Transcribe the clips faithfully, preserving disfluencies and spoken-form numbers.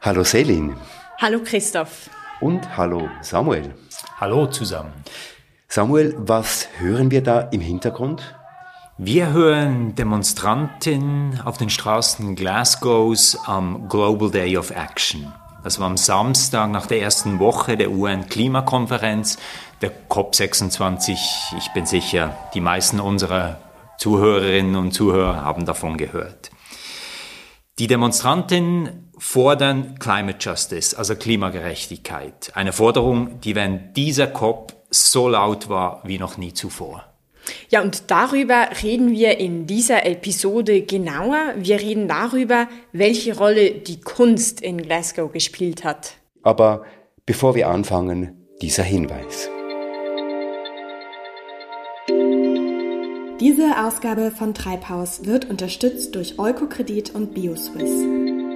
Hallo Selin. Hallo Christoph. Und hallo Samuel. Hallo zusammen. Samuel, was hören wir da im Hintergrund? Wir hören Demonstranten auf den Straßen Glasgows am Global Day of Action. Das war am Samstag nach der ersten Woche der U N-Klimakonferenz, der C O P sechsundzwanzig. Ich bin sicher, die meisten unserer Zuhörerinnen und Zuhörer haben davon gehört. Die Demonstranten fordern Climate Justice, also Klimagerechtigkeit. Eine Forderung, die während dieser C O P so laut war wie noch nie zuvor. Ja, und darüber reden wir in dieser Episode genauer. Wir reden darüber, welche Rolle die Kunst in Glasgow gespielt hat. Aber bevor wir anfangen, dieser Hinweis. Diese Ausgabe von Treibhaus wird unterstützt durch Eukokredit und BioSwiss.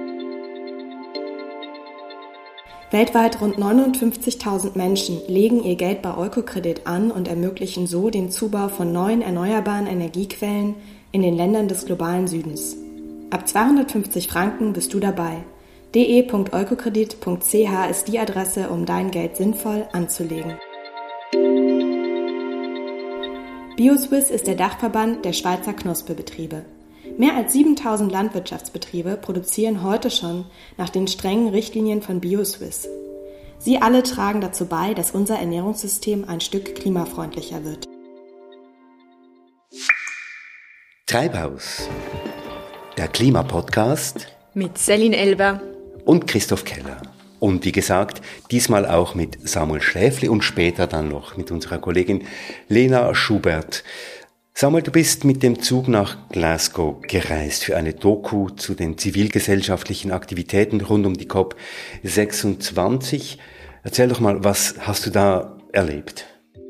Weltweit rund neunundfünfzigtausend Menschen legen ihr Geld bei Eukokredit an und ermöglichen so den Zubau von neuen erneuerbaren Energiequellen in den Ländern des globalen Südens. Ab zweihundertfünfzig Franken bist du dabei. d e punkt eukokredit punkt c h ist die Adresse, um dein Geld sinnvoll anzulegen. BioSwiss ist der Dachverband der Schweizer Knusperbetriebe. Mehr als siebentausend Landwirtschaftsbetriebe produzieren heute schon nach den strengen Richtlinien von BioSwiss. Sie alle tragen dazu bei, dass unser Ernährungssystem ein Stück klimafreundlicher wird. Treibhaus, der Klimapodcast mit Selin Elber und Christoph Keller. Und wie gesagt, diesmal auch mit Samuel Schläfli und später dann noch mit unserer Kollegin Lena Schubert. Samuel, du bist mit dem Zug nach Glasgow gereist für eine Doku zu den zivilgesellschaftlichen Aktivitäten rund um die C O P sechsundzwanzig. Erzähl doch mal, was hast du da erlebt?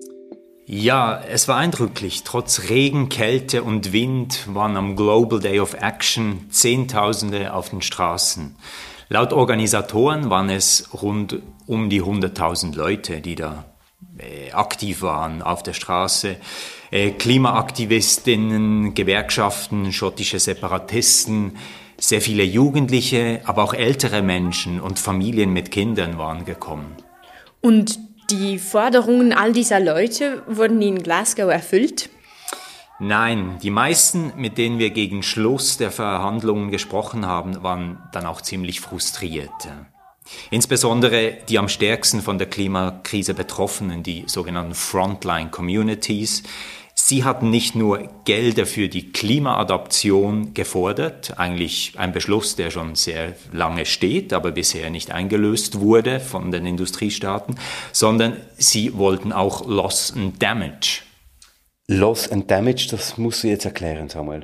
Ja, es war eindrücklich. Trotz Regen, Kälte und Wind waren am Global Day of Action Zehntausende auf den Straßen. Laut Organisatoren waren es rund um die hunderttausend Leute, die da äh, aktiv waren auf der Straße. Äh, Klimaaktivistinnen, Gewerkschaften, schottische Separatisten, sehr viele Jugendliche, aber auch ältere Menschen und Familien mit Kindern waren gekommen. Und die Forderungen all dieser Leute, wurden die in Glasgow erfüllt? Nein, die meisten, mit denen wir gegen Schluss der Verhandlungen gesprochen haben, waren dann auch ziemlich frustriert. Insbesondere die am stärksten von der Klimakrise Betroffenen, die sogenannten Frontline Communities. Sie hatten nicht nur Gelder für die Klimaadaption gefordert, eigentlich ein Beschluss, der schon sehr lange steht, aber bisher nicht eingelöst wurde von den Industriestaaten, sondern sie wollten auch Loss and Damage. Loss and Damage, das musst du jetzt erklären, Samuel.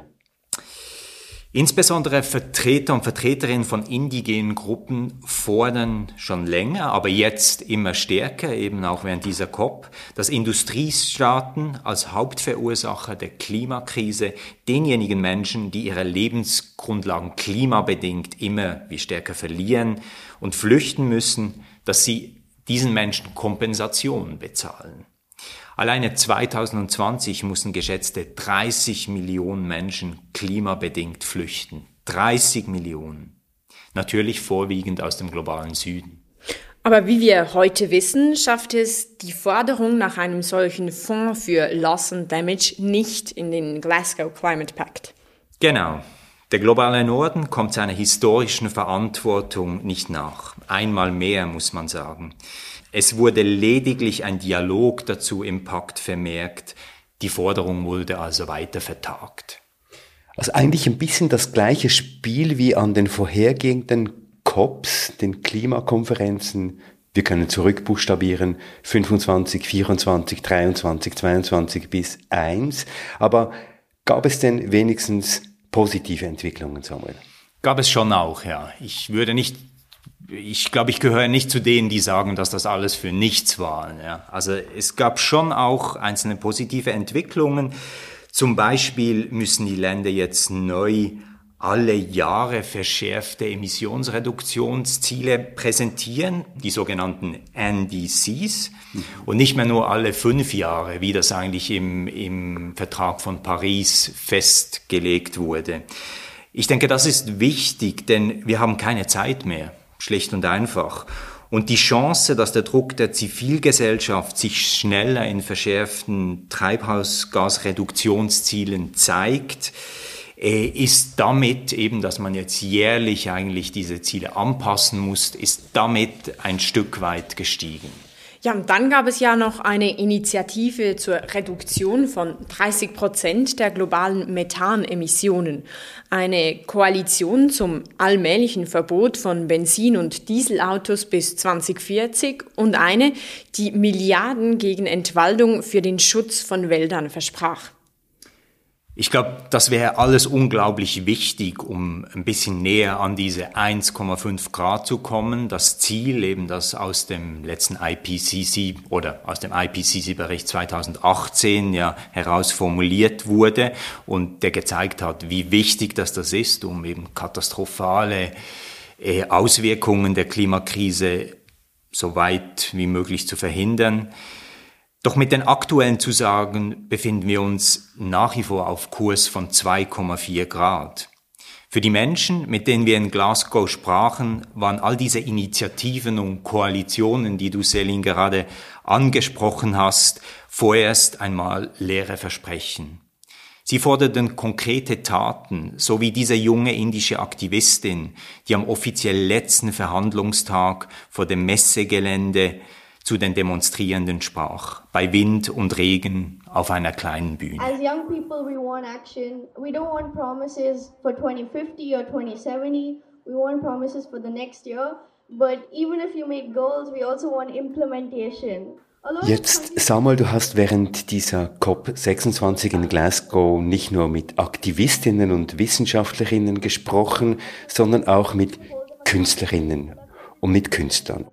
Insbesondere Vertreter und Vertreterinnen von indigenen Gruppen fordern schon länger, aber jetzt immer stärker, eben auch während dieser C O P, dass Industriestaaten als Hauptverursacher der Klimakrise denjenigen Menschen, die ihre Lebensgrundlagen klimabedingt immer wie stärker verlieren und flüchten müssen, dass sie diesen Menschen Kompensation bezahlen. Alleine zweitausendzwanzig mussten geschätzte dreißig Millionen Menschen klimabedingt flüchten. dreißig Millionen. Natürlich vorwiegend aus dem globalen Süden. Aber wie wir heute wissen, schafft es die Forderung nach einem solchen Fonds für Loss and Damage nicht in den Glasgow Climate Pact. Genau. Der globale Norden kommt seiner historischen Verantwortung nicht nach. Einmal mehr, muss man sagen. Es wurde lediglich ein Dialog dazu im Pakt vermerkt. Die Forderung wurde also weiter vertagt. Also eigentlich ein bisschen das gleiche Spiel wie an den vorhergehenden C O Ps, den Klimakonferenzen. Wir können zurückbuchstabieren, fünfundzwanzig, vierundzwanzig, dreiundzwanzig, zweiundzwanzig bis eins. Aber gab es denn wenigstens positive Entwicklungen, Samuel? Gab es schon auch, ja. Ich würde nicht Ich glaube, ich gehöre nicht zu denen, die sagen, dass das alles für nichts war. Ja. Also es gab schon auch einzelne positive Entwicklungen. Zum Beispiel müssen die Länder jetzt neu alle Jahre verschärfte Emissionsreduktionsziele präsentieren, die sogenannten N D Cs, und nicht mehr nur alle fünf Jahre, wie das eigentlich im, im Vertrag von Paris festgelegt wurde. Ich denke, das ist wichtig, denn wir haben keine Zeit mehr. schlicht und einfach. Und die Chance, dass der Druck der Zivilgesellschaft sich schneller in verschärften Treibhausgasreduktionszielen zeigt, ist damit eben, dass man jetzt jährlich eigentlich diese Ziele anpassen muss, ist damit ein Stück weit gestiegen. Ja, und dann gab es ja noch eine Initiative zur Reduktion von dreißig Prozent der globalen Methanemissionen. Eine Koalition zum allmählichen Verbot von Benzin- und Dieselautos bis zwanzig vierzig und eine, die Milliarden gegen Entwaldung für den Schutz von Wäldern versprach. Ich glaube, das wäre alles unglaublich wichtig, um ein bisschen näher an diese eins Komma fünf Grad zu kommen. Das Ziel, eben das aus dem letzten I P C C oder aus dem I P C C-Bericht zweitausendachtzehn ja herausformuliert wurde und der gezeigt hat, wie wichtig das das ist, um eben katastrophale äh, Auswirkungen der Klimakrise so weit wie möglich zu verhindern. Doch mit den aktuellen Zusagen befinden wir uns nach wie vor auf Kurs von zwei Komma vier Grad. Für die Menschen, mit denen wir in Glasgow sprachen, waren all diese Initiativen und Koalitionen, die du, Selin, gerade angesprochen hast, vorerst einmal leere Versprechen. Sie forderten konkrete Taten, so wie diese junge indische Aktivistin, die am offiziell letzten Verhandlungstag vor dem Messegelände zu den Demonstrierenden sprach, bei Wind und Regen auf einer kleinen Bühne. As young people, we want action. We don't want promises for twenty fifty or twenty seventy. We want promises for the next year. But even if you make goals, we also want implementation. Jetzt, Samuel, du hast während dieser C O P sechsundzwanzig in Glasgow nicht nur mit Aktivistinnen und Wissenschaftlerinnen gesprochen, sondern auch mit Künstlerinnen und mit Künstlern.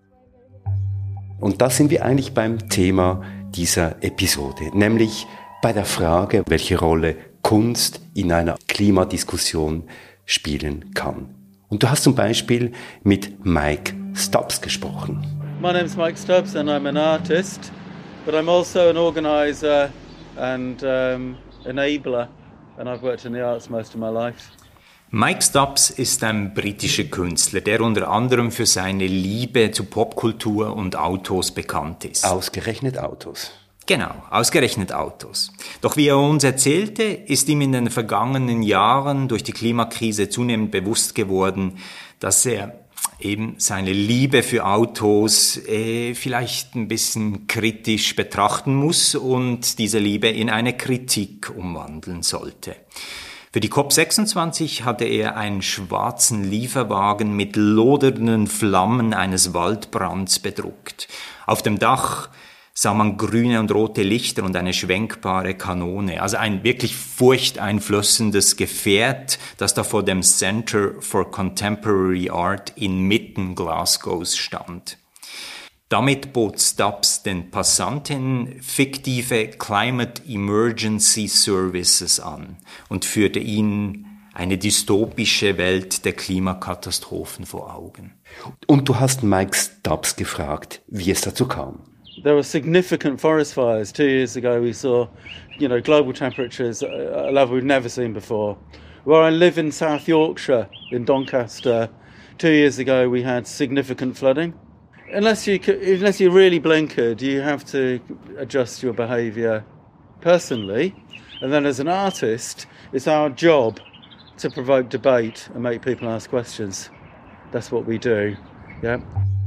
Und da sind wir eigentlich beim Thema dieser Episode, nämlich bei der Frage, welche Rolle Kunst in einer Klimadiskussion spielen kann. Und du hast zum Beispiel mit Mike Stubbs gesprochen. My name's Mike Stubbs and I'm an artist, but I'm also an organizer and um, enabler, and I've worked in the arts most of my life. Mike Stubbs ist ein britischer Künstler, der unter anderem für seine Liebe zu Popkultur und Autos bekannt ist. Ausgerechnet Autos. Genau, ausgerechnet Autos. Doch wie er uns erzählte, ist ihm in den vergangenen Jahren durch die Klimakrise zunehmend bewusst geworden, dass er eben seine Liebe für Autos äh, vielleicht ein bisschen kritisch betrachten muss und diese Liebe in eine Kritik umwandeln sollte. Für die C O P sechsundzwanzig hatte er einen schwarzen Lieferwagen mit lodernden Flammen eines Waldbrands bedruckt. Auf dem Dach sah man grüne und rote Lichter und eine schwenkbare Kanone. Also ein wirklich furchteinflößendes Gefährt, das da vor dem Center for Contemporary Art inmitten Glasgows stand. Damit bot Stubbs den Passantinnen fiktive Climate Emergency Services an und führte ihnen eine dystopische Welt der Klimakatastrophen vor Augen. Und du hast Mike Stubbs gefragt, wie es dazu kam. There were significant forest fires. Two years ago we saw, you know, global temperatures at a level we've never seen before. Where I live in South Yorkshire, in Doncaster, two years ago we had significant flooding. Unless you unless you're really blinkered, you have to adjust your behaviour personally. And then as an artist, it's our job to provoke debate and make people ask questions. That's what we do, yeah.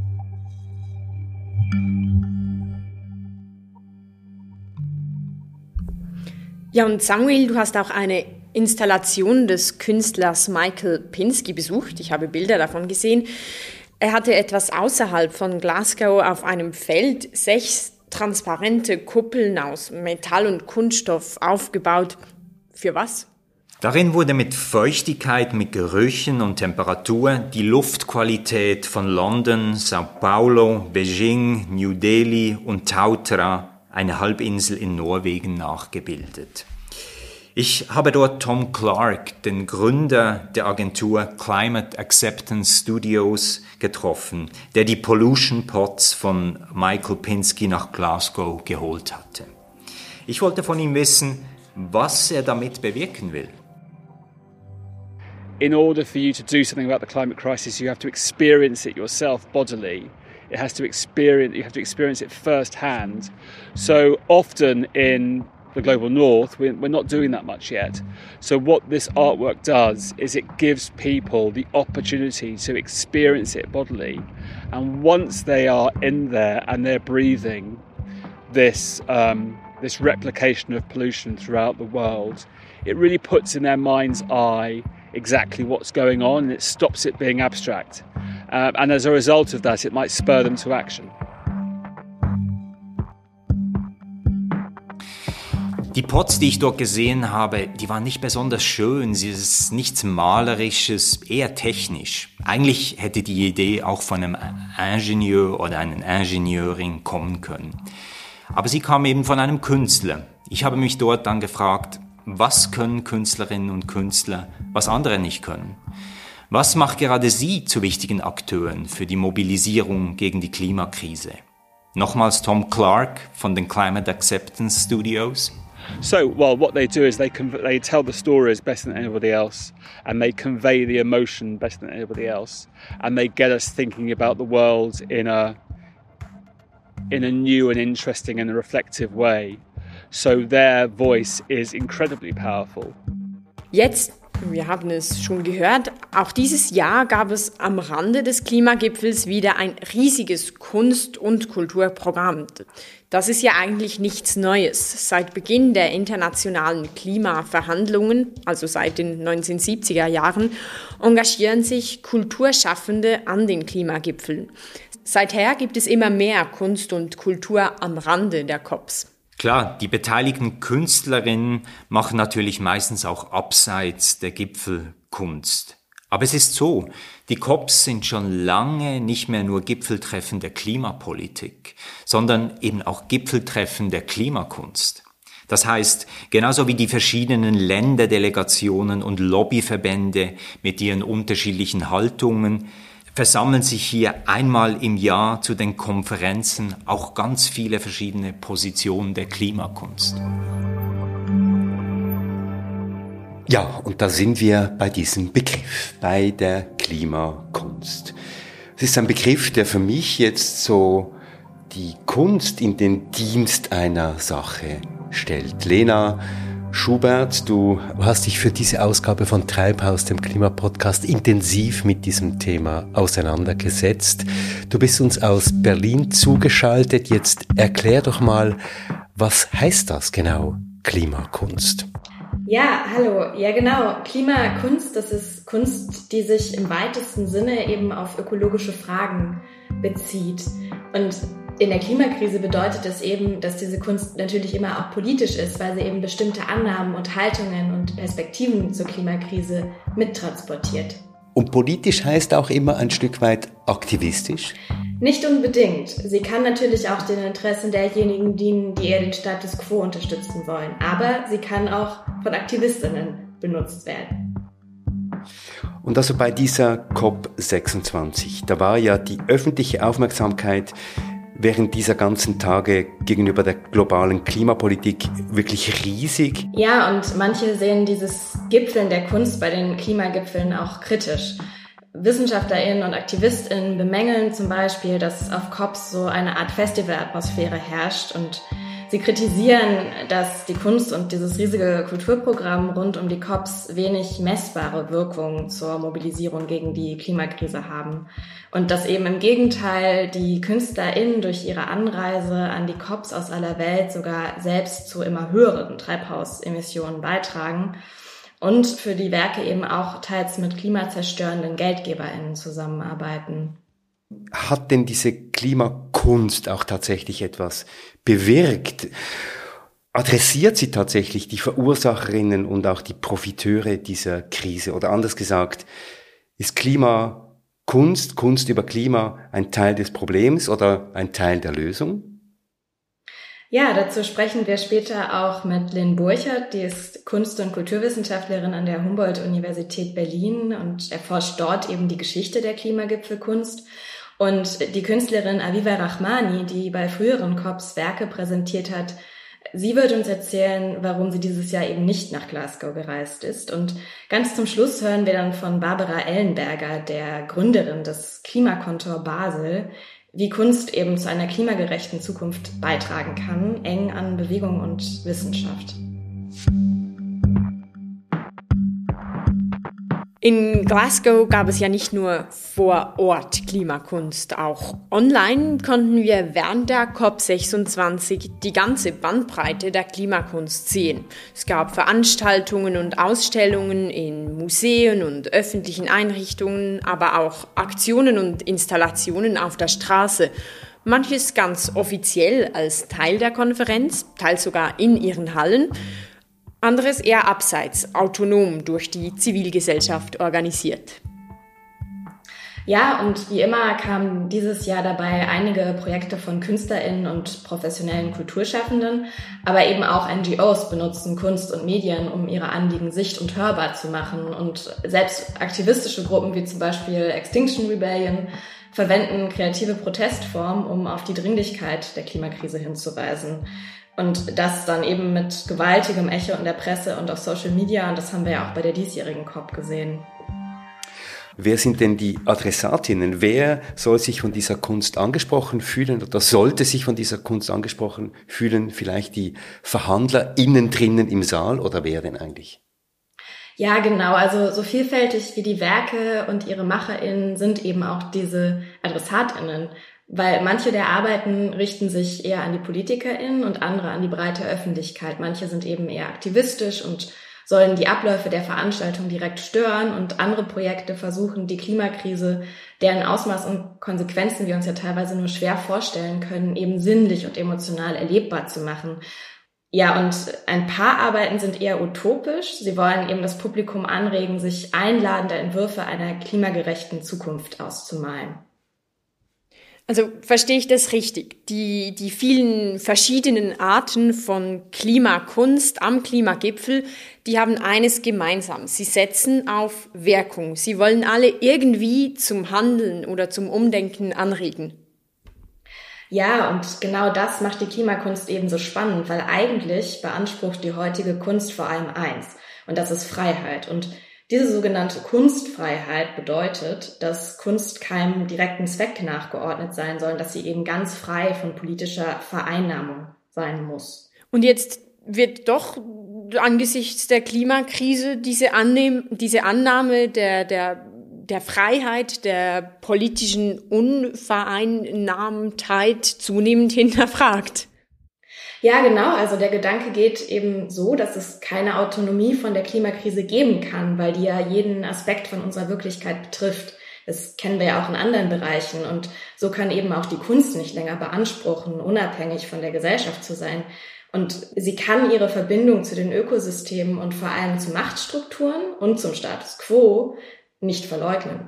Ja, und Samuel, du hast auch eine Installation des Künstlers Michael Pinsky besucht. Ich habe Bilder davon gesehen. Er hatte etwas außerhalb von Glasgow auf einem Feld sechs transparente Kuppeln aus Metall und Kunststoff aufgebaut. Für was? Darin wurde mit Feuchtigkeit, mit Gerüchen und Temperatur die Luftqualität von London, Sao Paulo, Beijing, New Delhi und Tautra, eine Halbinsel in Norwegen, nachgebildet. Ich habe dort Tom Clark, den Gründer der Agentur Climate Acceptance Studios, getroffen, der die Pollution Pots von Michael Pinsky nach Glasgow geholt hatte. Ich wollte von ihm wissen, was er damit bewirken will. in order for you to do something about the climate crisis, you have to experience it yourself bodily. It has to experience, you have to experience it firsthand. So often in the global north, we're, we're not doing that much yet. So what this artwork does is it gives people the opportunity to experience it bodily. And once they are in there and they're breathing this um, this replication of pollution throughout the world, it really puts in their mind's eye exactly what's going on, and it stops it being abstract. Uh, and as a result of that, it might spur them to action. Die Pots, die ich dort gesehen habe, die waren nicht besonders schön. Sie ist nichts Malerisches, eher technisch. Eigentlich hätte die Idee auch von einem Ingenieur oder einer Ingenieurin kommen können. Aber sie kam eben von einem Künstler. Ich habe mich dort dann gefragt, was können Künstlerinnen und Künstler, was andere nicht können? Was macht gerade sie zu wichtigen Akteuren für die Mobilisierung gegen die Klimakrise? Nochmals Tom Clark von den Climate Acceptance Studios. So, well, what they do is they conv- they tell the stories better than anybody else, and they convey the emotion better than anybody else, and they get us thinking about the world in a in a new and interesting and reflective way. So their voice is incredibly powerful. Jetzt, wir haben es schon gehört, auch dieses Jahr gab es am Rande des Klimagipfels wieder ein riesiges Kunst- und Kulturprogramm. Das ist ja eigentlich nichts Neues. Seit Beginn der internationalen Klimaverhandlungen, also seit den neunzehnhundertsiebziger Jahren, engagieren sich Kulturschaffende an den Klimagipfeln. Seither gibt es immer mehr Kunst und Kultur am Rande der C O Ps. Klar, die beteiligten Künstlerinnen machen natürlich meistens auch abseits der Gipfel Kunst. Aber es ist so, die C O Ps sind schon lange nicht mehr nur Gipfeltreffen der Klimapolitik, sondern eben auch Gipfeltreffen der Klimakunst. Das heißt, genauso wie die verschiedenen Länderdelegationen und Lobbyverbände mit ihren unterschiedlichen Haltungen, versammeln sich hier einmal im Jahr zu den Konferenzen auch ganz viele verschiedene Positionen der Klimakunst. Ja, und da sind wir bei diesem Begriff, bei der Klimakunst. Es ist ein Begriff, der für mich jetzt so die Kunst in den Dienst einer Sache stellt. Lena Schubert, du hast dich für diese Ausgabe von Treibhaus, dem Klimapodcast, intensiv mit diesem Thema auseinandergesetzt. Du bist uns aus Berlin zugeschaltet. Jetzt erklär doch mal, was heißt das genau, Klimakunst? Ja, hallo. Ja, genau. Klimakunst, das ist Kunst, die sich im weitesten Sinne eben auf ökologische Fragen bezieht. Und in der Klimakrise bedeutet es eben, dass diese Kunst natürlich immer auch politisch ist, weil sie eben bestimmte Annahmen und Haltungen und Perspektiven zur Klimakrise mittransportiert. Und politisch heißt auch immer ein Stück weit aktivistisch? Nicht unbedingt. Sie kann natürlich auch den Interessen derjenigen dienen, die eher den Status quo unterstützen wollen. Aber sie kann auch von Aktivistinnen benutzt werden. Und also bei dieser C O P sechsundzwanzig, da war ja die öffentliche Aufmerksamkeit während dieser ganzen Tage gegenüber der globalen Klimapolitik wirklich riesig. Ja, und manche sehen dieses Gipfeln der Kunst bei den Klimagipfeln auch kritisch. WissenschaftlerInnen und AktivistInnen bemängeln zum Beispiel, dass auf C O Ps so eine Art Festivalatmosphäre herrscht, und sie kritisieren, dass die Kunst und dieses riesige Kulturprogramm rund um die C O Ps wenig messbare Wirkung zur Mobilisierung gegen die Klimakrise haben. Und dass eben im Gegenteil die KünstlerInnen durch ihre Anreise an die C O Ps aus aller Welt sogar selbst zu immer höheren Treibhausemissionen beitragen und für die Werke eben auch teils mit klimazerstörenden GeldgeberInnen zusammenarbeiten. Hat denn diese Klimakunst auch tatsächlich etwas bewirkt? Adressiert sie tatsächlich die Verursacherinnen und auch die Profiteure dieser Krise? Oder anders gesagt, ist Klimakunst, Kunst über Klima ein Teil des Problems oder ein Teil der Lösung? Ja, dazu sprechen wir später auch mit Lynn Burchert, die ist Kunst- und Kulturwissenschaftlerin an der Humboldt-Universität Berlin und erforscht dort eben die Geschichte der Klimagipfelkunst. Und die Künstlerin Aviva Rahmani, die bei früheren C O Ps Werke präsentiert hat, Sie wird uns erzählen, warum sie dieses Jahr eben nicht nach Glasgow gereist ist. Und ganz zum Schluss hören wir dann von Barbara Ellenberger, der Gründerin des Klimakontor Basel, wie Kunst eben zu einer klimagerechten Zukunft beitragen kann, eng an Bewegung und Wissenschaft. In Glasgow gab es ja nicht nur vor Ort Klimakunst, auch online konnten wir während der C O P sechsundzwanzig die ganze Bandbreite der Klimakunst sehen. Es gab Veranstaltungen und Ausstellungen in Museen und öffentlichen Einrichtungen, aber auch Aktionen und Installationen auf der Straße. Manches ganz offiziell als Teil der Konferenz, teils sogar in ihren Hallen. Anderes eher abseits, autonom durch die Zivilgesellschaft organisiert. Ja, und wie immer kamen dieses Jahr dabei einige Projekte von KünstlerInnen und professionellen Kulturschaffenden, aber eben auch N G Os benutzen Kunst und Medien, um ihre Anliegen sicht- und hörbar zu machen. Und selbst aktivistische Gruppen wie zum Beispiel Extinction Rebellion verwenden kreative Protestformen, um auf die Dringlichkeit der Klimakrise hinzuweisen. Und das dann eben mit gewaltigem Echo in der Presse und auf Social Media. Und das haben wir ja auch bei der diesjährigen C O P gesehen. Wer sind denn die Adressatinnen? Wer soll sich von dieser Kunst angesprochen fühlen oder sollte sich von dieser Kunst angesprochen fühlen? Vielleicht die Verhandler innen drinnen im Saal oder wer denn eigentlich? Ja, genau. Also so vielfältig wie die Werke und ihre MacherInnen sind eben auch diese AdressatInnen. Weil manche der Arbeiten richten sich eher an die PolitikerInnen und andere an die breite Öffentlichkeit. Manche sind eben eher aktivistisch und sollen die Abläufe der Veranstaltung direkt stören und andere Projekte versuchen, die Klimakrise, deren Ausmaß und Konsequenzen wir uns ja teilweise nur schwer vorstellen können, eben sinnlich und emotional erlebbar zu machen. Ja, und ein paar Arbeiten sind eher utopisch. Sie wollen eben das Publikum anregen, sich einladende Entwürfe einer klimagerechten Zukunft auszumalen. Also verstehe ich das richtig? Die, die vielen verschiedenen Arten von Klimakunst am Klimagipfel, die haben eines gemeinsam. Sie setzen auf Wirkung. Sie wollen alle irgendwie zum Handeln oder zum Umdenken anregen. Ja, und genau das macht die Klimakunst eben so spannend, weil eigentlich beansprucht die heutige Kunst vor allem eins. Und das ist Freiheit. Und diese sogenannte Kunstfreiheit bedeutet, dass Kunst keinem direkten Zweck nachgeordnet sein soll, dass sie eben ganz frei von politischer Vereinnahmung sein muss. Und jetzt wird doch angesichts der Klimakrise diese, Annehm, diese Annahme der, der, der Freiheit, der politischen Unvereinnahmtheit zunehmend hinterfragt. Ja, genau. Also der Gedanke geht eben so, dass es keine Autonomie von der Klimakrise geben kann, weil die ja jeden Aspekt von unserer Wirklichkeit betrifft. Das kennen wir ja auch in anderen Bereichen. Und so kann eben auch die Kunst nicht länger beanspruchen, unabhängig von der Gesellschaft zu sein. Und sie kann ihre Verbindung zu den Ökosystemen und vor allem zu Machtstrukturen und zum Status quo nicht verleugnen.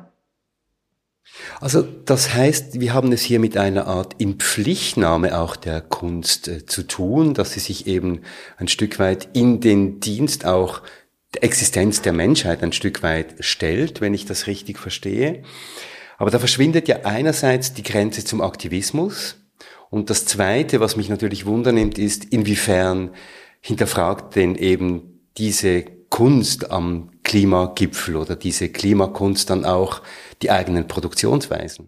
Also das heißt, wir haben es hier mit einer Art Inpflichtnahme auch der Kunst äh, zu tun, dass sie sich eben ein Stück weit in den Dienst auch der Existenz der Menschheit ein Stück weit stellt, wenn ich das richtig verstehe. Aber da verschwindet ja einerseits die Grenze zum Aktivismus und das Zweite, was mich natürlich wundernimmt, ist, inwiefern hinterfragt denn eben diese Kunst am Klimagipfel oder diese Klimakunst dann auch die eigenen Produktionsweisen?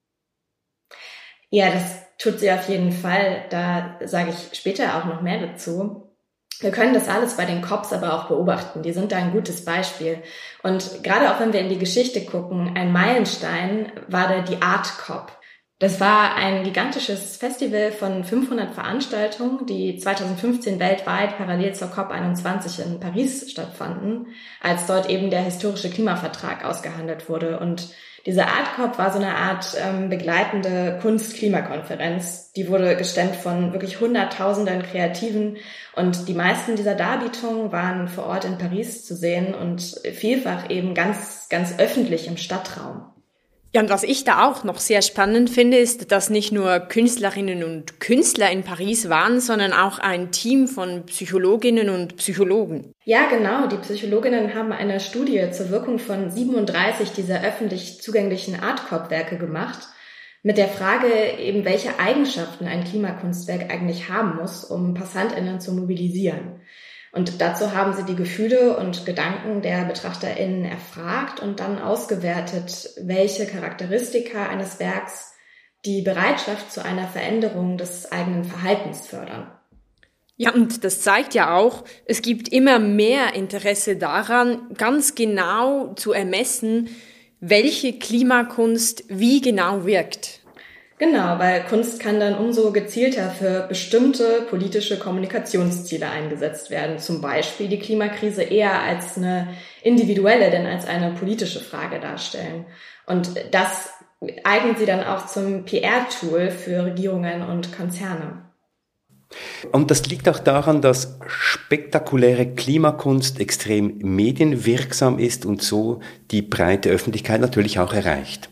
Ja, das tut sie auf jeden Fall. Da sage ich später auch noch mehr dazu. Wir können das alles bei den C O Ps aber auch beobachten. Die sind da ein gutes Beispiel. Und gerade auch wenn wir in die Geschichte gucken, ein Meilenstein war da die Art C O P. Das war ein gigantisches Festival von fünfhundert Veranstaltungen, die zweitausendfünfzehn weltweit parallel zur C O P einundzwanzig in Paris stattfanden, als dort eben der historische Klimavertrag ausgehandelt wurde. Und diese Art C O P war so eine Art ähm, begleitende Kunst-Klimakonferenz. Die wurde gestemmt von wirklich Hunderttausenden Kreativen und die meisten dieser Darbietungen waren vor Ort in Paris zu sehen und vielfach eben ganz, ganz öffentlich im Stadtraum. Ja, und was ich da auch noch sehr spannend finde, ist, dass nicht nur Künstlerinnen und Künstler in Paris waren, sondern auch ein Team von Psychologinnen und Psychologen. Ja, genau. Die Psychologinnen haben eine Studie zur Wirkung von siebenunddreißig dieser öffentlich zugänglichen Art C O P-Werke gemacht. mit der Frage eben, welche Eigenschaften ein Klimakunstwerk eigentlich haben muss, um PassantInnen zu mobilisieren. Und dazu haben sie die Gefühle und Gedanken der BetrachterInnen erfragt und dann ausgewertet, welche Charakteristika eines Werks die Bereitschaft zu einer Veränderung des eigenen Verhaltens fördern. Ja, und das zeigt ja auch, es gibt immer mehr Interesse daran, ganz genau zu ermessen, welche Klimakunst wie genau wirkt. Genau, weil Kunst kann dann umso gezielter für bestimmte politische Kommunikationsziele eingesetzt werden. Zum Beispiel die Klimakrise eher als eine individuelle, denn als eine politische Frage darstellen. Und das eignet sie dann auch zum P R-Tool für Regierungen und Konzerne. Und das liegt auch daran, dass spektakuläre Klimakunst extrem medienwirksam ist und so die breite Öffentlichkeit natürlich auch erreicht.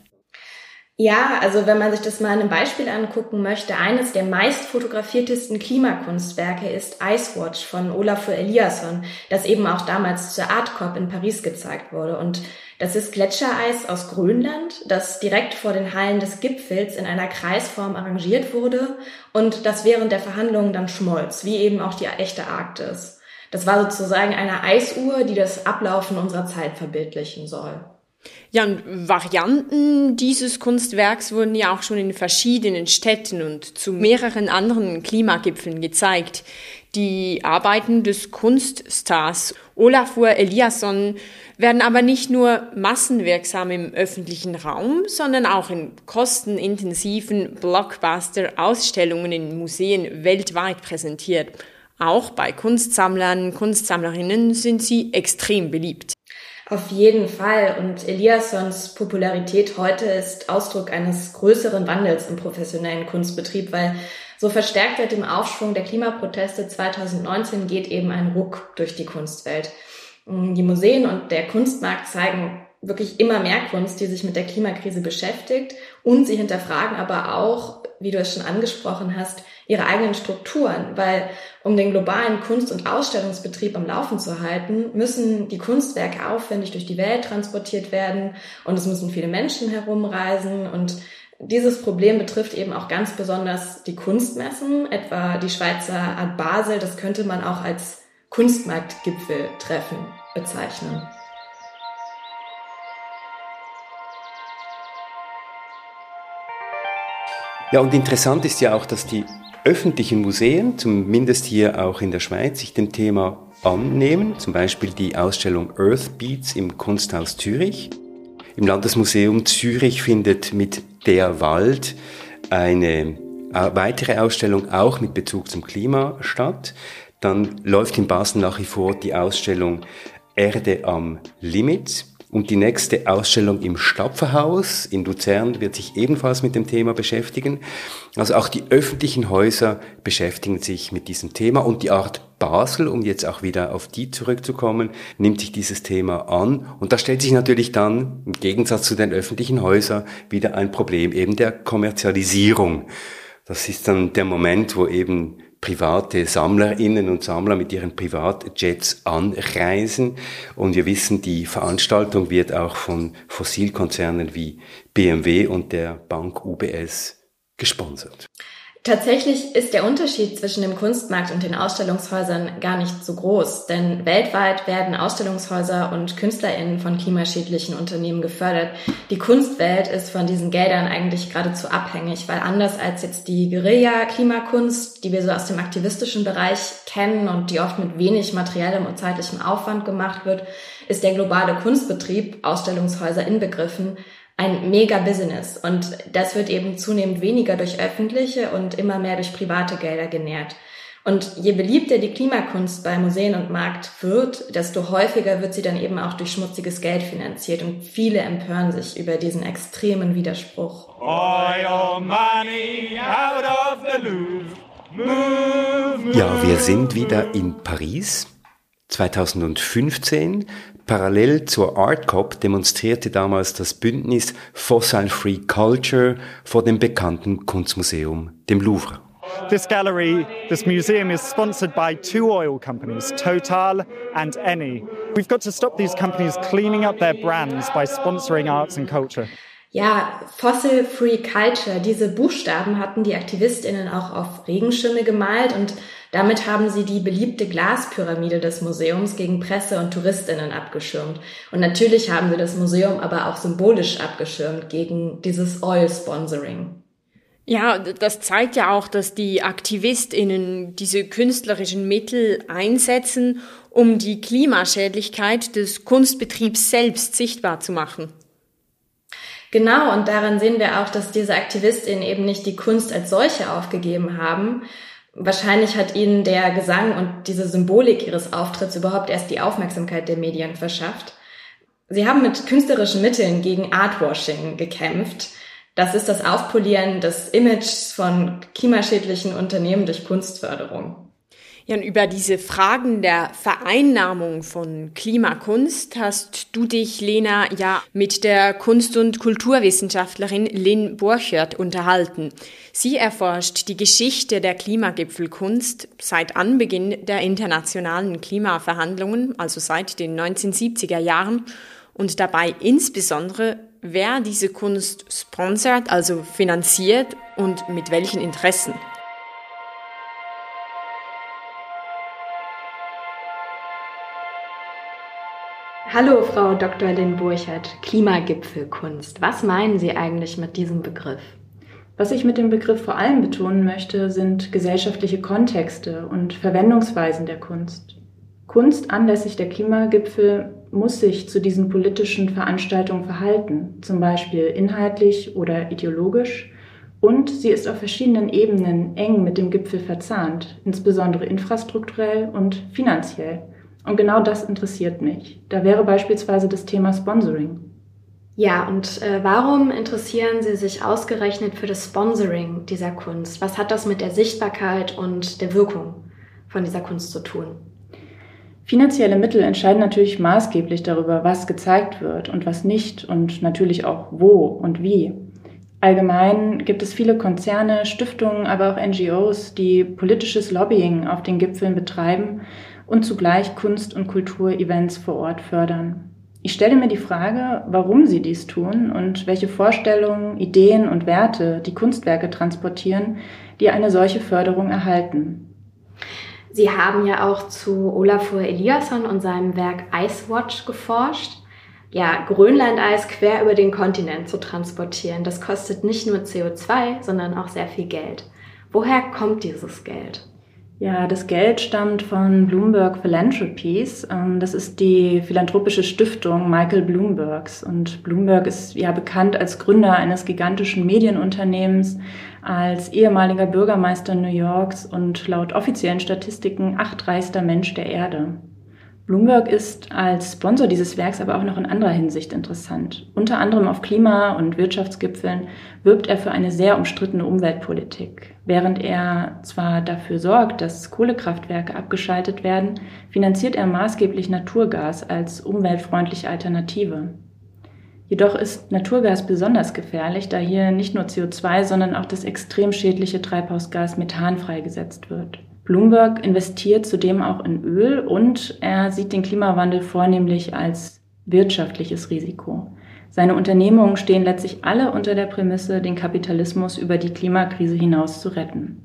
Ja, also wenn man sich das mal an einem Beispiel angucken möchte, eines der meist fotografiertesten Klimakunstwerke ist Icewatch von Olafur Eliasson, das eben auch damals zur Artcop in Paris gezeigt wurde. Und das ist Gletschereis aus Grönland, das direkt vor den Hallen des Gipfels in einer Kreisform arrangiert wurde und das während der Verhandlungen dann schmolz, wie eben auch die echte Arktis. Das war sozusagen eine Eisuhr, die das Ablaufen unserer Zeit verbildlichen soll. Ja, und Varianten dieses Kunstwerks wurden ja auch schon in verschiedenen Städten und zu mehreren anderen Klimagipfeln gezeigt. Die Arbeiten des Kunststars Olafur Eliasson werden aber nicht nur massenwirksam im öffentlichen Raum, sondern auch in kostenintensiven Blockbuster-Ausstellungen in Museen weltweit präsentiert. Auch bei Kunstsammlern, Kunstsammlerinnen sind sie extrem beliebt. Auf jeden Fall. Und Eliassons Popularität heute ist Ausdruck eines größeren Wandels im professionellen Kunstbetrieb, weil so verstärkt seit dem Aufschwung der Klimaproteste zweitausendneunzehn geht eben ein Ruck durch die Kunstwelt. Die Museen und der Kunstmarkt zeigen wirklich immer mehr Kunst, die sich mit der Klimakrise beschäftigt, und sie hinterfragen aber auch, wie du es schon angesprochen hast, ihre eigenen Strukturen, weil um den globalen Kunst- und Ausstellungsbetrieb am Laufen zu halten, müssen die Kunstwerke aufwendig durch die Welt transportiert werden und es müssen viele Menschen herumreisen, und dieses Problem betrifft eben auch ganz besonders die Kunstmessen, etwa die Schweizer Art Basel. Das könnte man auch als Kunstmarktgipfeltreffen bezeichnen. Ja, und interessant ist ja auch, dass die öffentlichen Museen, zumindest hier auch in der Schweiz, sich dem Thema annehmen. Zum Beispiel die Ausstellung Earth Beats im Kunsthaus Zürich. Im Landesmuseum Zürich findet mit Der Wald eine weitere Ausstellung auch mit Bezug zum Klima statt. Dann läuft in Basel nach wie vor die Ausstellung Erde am Limit. Und die nächste Ausstellung im Stapferhaus in Luzern wird sich ebenfalls mit dem Thema beschäftigen. Also auch die öffentlichen Häuser beschäftigen sich mit diesem Thema, und die Art Basel, um jetzt auch wieder auf die zurückzukommen, nimmt sich dieses Thema an. Und da stellt sich natürlich dann im Gegensatz zu den öffentlichen Häusern wieder ein Problem eben der Kommerzialisierung. Das ist dann der Moment, wo eben private SammlerInnen und Sammler mit ihren Privatjets anreisen. Und wir wissen, die Veranstaltung wird auch von Fossilkonzernen wie B M W und der Bank U B S gesponsert. Tatsächlich ist der Unterschied zwischen dem Kunstmarkt und den Ausstellungshäusern gar nicht so groß, denn weltweit werden Ausstellungshäuser und KünstlerInnen von klimaschädlichen Unternehmen gefördert. Die Kunstwelt ist von diesen Geldern eigentlich geradezu abhängig, weil anders als jetzt die Guerilla-Klimakunst, die wir so aus dem aktivistischen Bereich kennen und die oft mit wenig materiellem und zeitlichem Aufwand gemacht wird, ist der globale Kunstbetrieb, Ausstellungshäuser inbegriffen, ein Mega-Business, und das wird eben zunehmend weniger durch öffentliche und immer mehr durch private Gelder genährt. Und je beliebter die Klimakunst bei Museen und Markt wird, desto häufiger wird sie dann eben auch durch schmutziges Geld finanziert, und viele empören sich über diesen extremen Widerspruch. Ja, wir sind wieder in Paris. zweitausendfünfzehn. Parallel zur Artcop demonstrierte damals das Bündnis Fossil Free Culture vor dem bekannten Kunstmuseum, dem Louvre. This gallery, this museum is sponsored by two oil companies, Total and Eni. We've got to stop these companies cleaning up their brands by sponsoring arts and culture. Ja, Fossil-Free Culture, diese Buchstaben hatten die AktivistInnen auch auf Regenschirme gemalt und damit haben sie die beliebte Glaspyramide des Museums gegen Presse und TouristInnen abgeschirmt. Und natürlich haben sie das Museum aber auch symbolisch abgeschirmt gegen dieses Oil-Sponsoring. Ja, das zeigt ja auch, dass die AktivistInnen diese künstlerischen Mittel einsetzen, um die Klimaschädlichkeit des Kunstbetriebs selbst sichtbar zu machen. Genau, und daran sehen wir auch, dass diese AktivistInnen eben nicht die Kunst als solche aufgegeben haben. Wahrscheinlich hat ihnen der Gesang und diese Symbolik ihres Auftritts überhaupt erst die Aufmerksamkeit der Medien verschafft. Sie haben mit künstlerischen Mitteln gegen Artwashing gekämpft. Das ist das Aufpolieren des Images von klimaschädlichen Unternehmen durch Kunstförderung. Ja, und über diese Fragen der Vereinnahmung von Klimakunst hast du dich, Lena, ja mit der Kunst- und Kulturwissenschaftlerin Lynn Borchert unterhalten. Sie erforscht die Geschichte der Klimagipfelkunst seit Anbeginn der internationalen Klimaverhandlungen, also seit den neunzehnhundertsiebziger Jahren, und dabei insbesondere, wer diese Kunst sponsert, also finanziert und mit welchen Interessen. Hallo, Frau Doktor Lynn Borchert, Klimagipfelkunst. Was meinen Sie eigentlich mit diesem Begriff? Was ich mit dem Begriff vor allem betonen möchte, sind gesellschaftliche Kontexte und Verwendungsweisen der Kunst. Kunst anlässlich der Klimagipfel muss sich zu diesen politischen Veranstaltungen verhalten, zum Beispiel inhaltlich oder ideologisch, und sie ist auf verschiedenen Ebenen eng mit dem Gipfel verzahnt, insbesondere infrastrukturell und finanziell. Und genau das interessiert mich. Da wäre beispielsweise das Thema Sponsoring. Ja, und äh, warum interessieren Sie sich ausgerechnet für das Sponsoring dieser Kunst? Was hat das mit der Sichtbarkeit und der Wirkung von dieser Kunst zu tun? Finanzielle Mittel entscheiden natürlich maßgeblich darüber, was gezeigt wird und was nicht und natürlich auch wo und wie. Allgemein gibt es viele Konzerne, Stiftungen, aber auch N G Os, die politisches Lobbying auf den Gipfeln betreiben und zugleich Kunst- und Kulturevents vor Ort fördern. Ich stelle mir die Frage, warum sie dies tun und welche Vorstellungen, Ideen und Werte die Kunstwerke transportieren, die eine solche Förderung erhalten. Sie haben ja auch zu Olafur Eliasson und seinem Werk Icewatch geforscht. Ja, Grönlandeis quer über den Kontinent zu transportieren, das kostet nicht nur C O zwei, sondern auch sehr viel Geld. Woher kommt dieses Geld? Ja, das Geld stammt von Bloomberg Philanthropies. Das ist die philanthropische Stiftung Michael Bloombergs. Und Bloomberg ist ja bekannt als Gründer eines gigantischen Medienunternehmens, als ehemaliger Bürgermeister New Yorks und laut offiziellen Statistiken achtreichster Mensch der Erde. Bloomberg ist als Sponsor dieses Werks aber auch noch in anderer Hinsicht interessant. Unter anderem auf Klima- und Wirtschaftsgipfeln wirbt er für eine sehr umstrittene Umweltpolitik. Während er zwar dafür sorgt, dass Kohlekraftwerke abgeschaltet werden, finanziert er maßgeblich Naturgas als umweltfreundliche Alternative. Jedoch ist Naturgas besonders gefährlich, da hier nicht nur C O zwei, sondern auch das extrem schädliche Treibhausgas Methan freigesetzt wird. Bloomberg investiert zudem auch in Öl und er sieht den Klimawandel vornehmlich als wirtschaftliches Risiko. Seine Unternehmungen stehen letztlich alle unter der Prämisse, den Kapitalismus über die Klimakrise hinaus zu retten.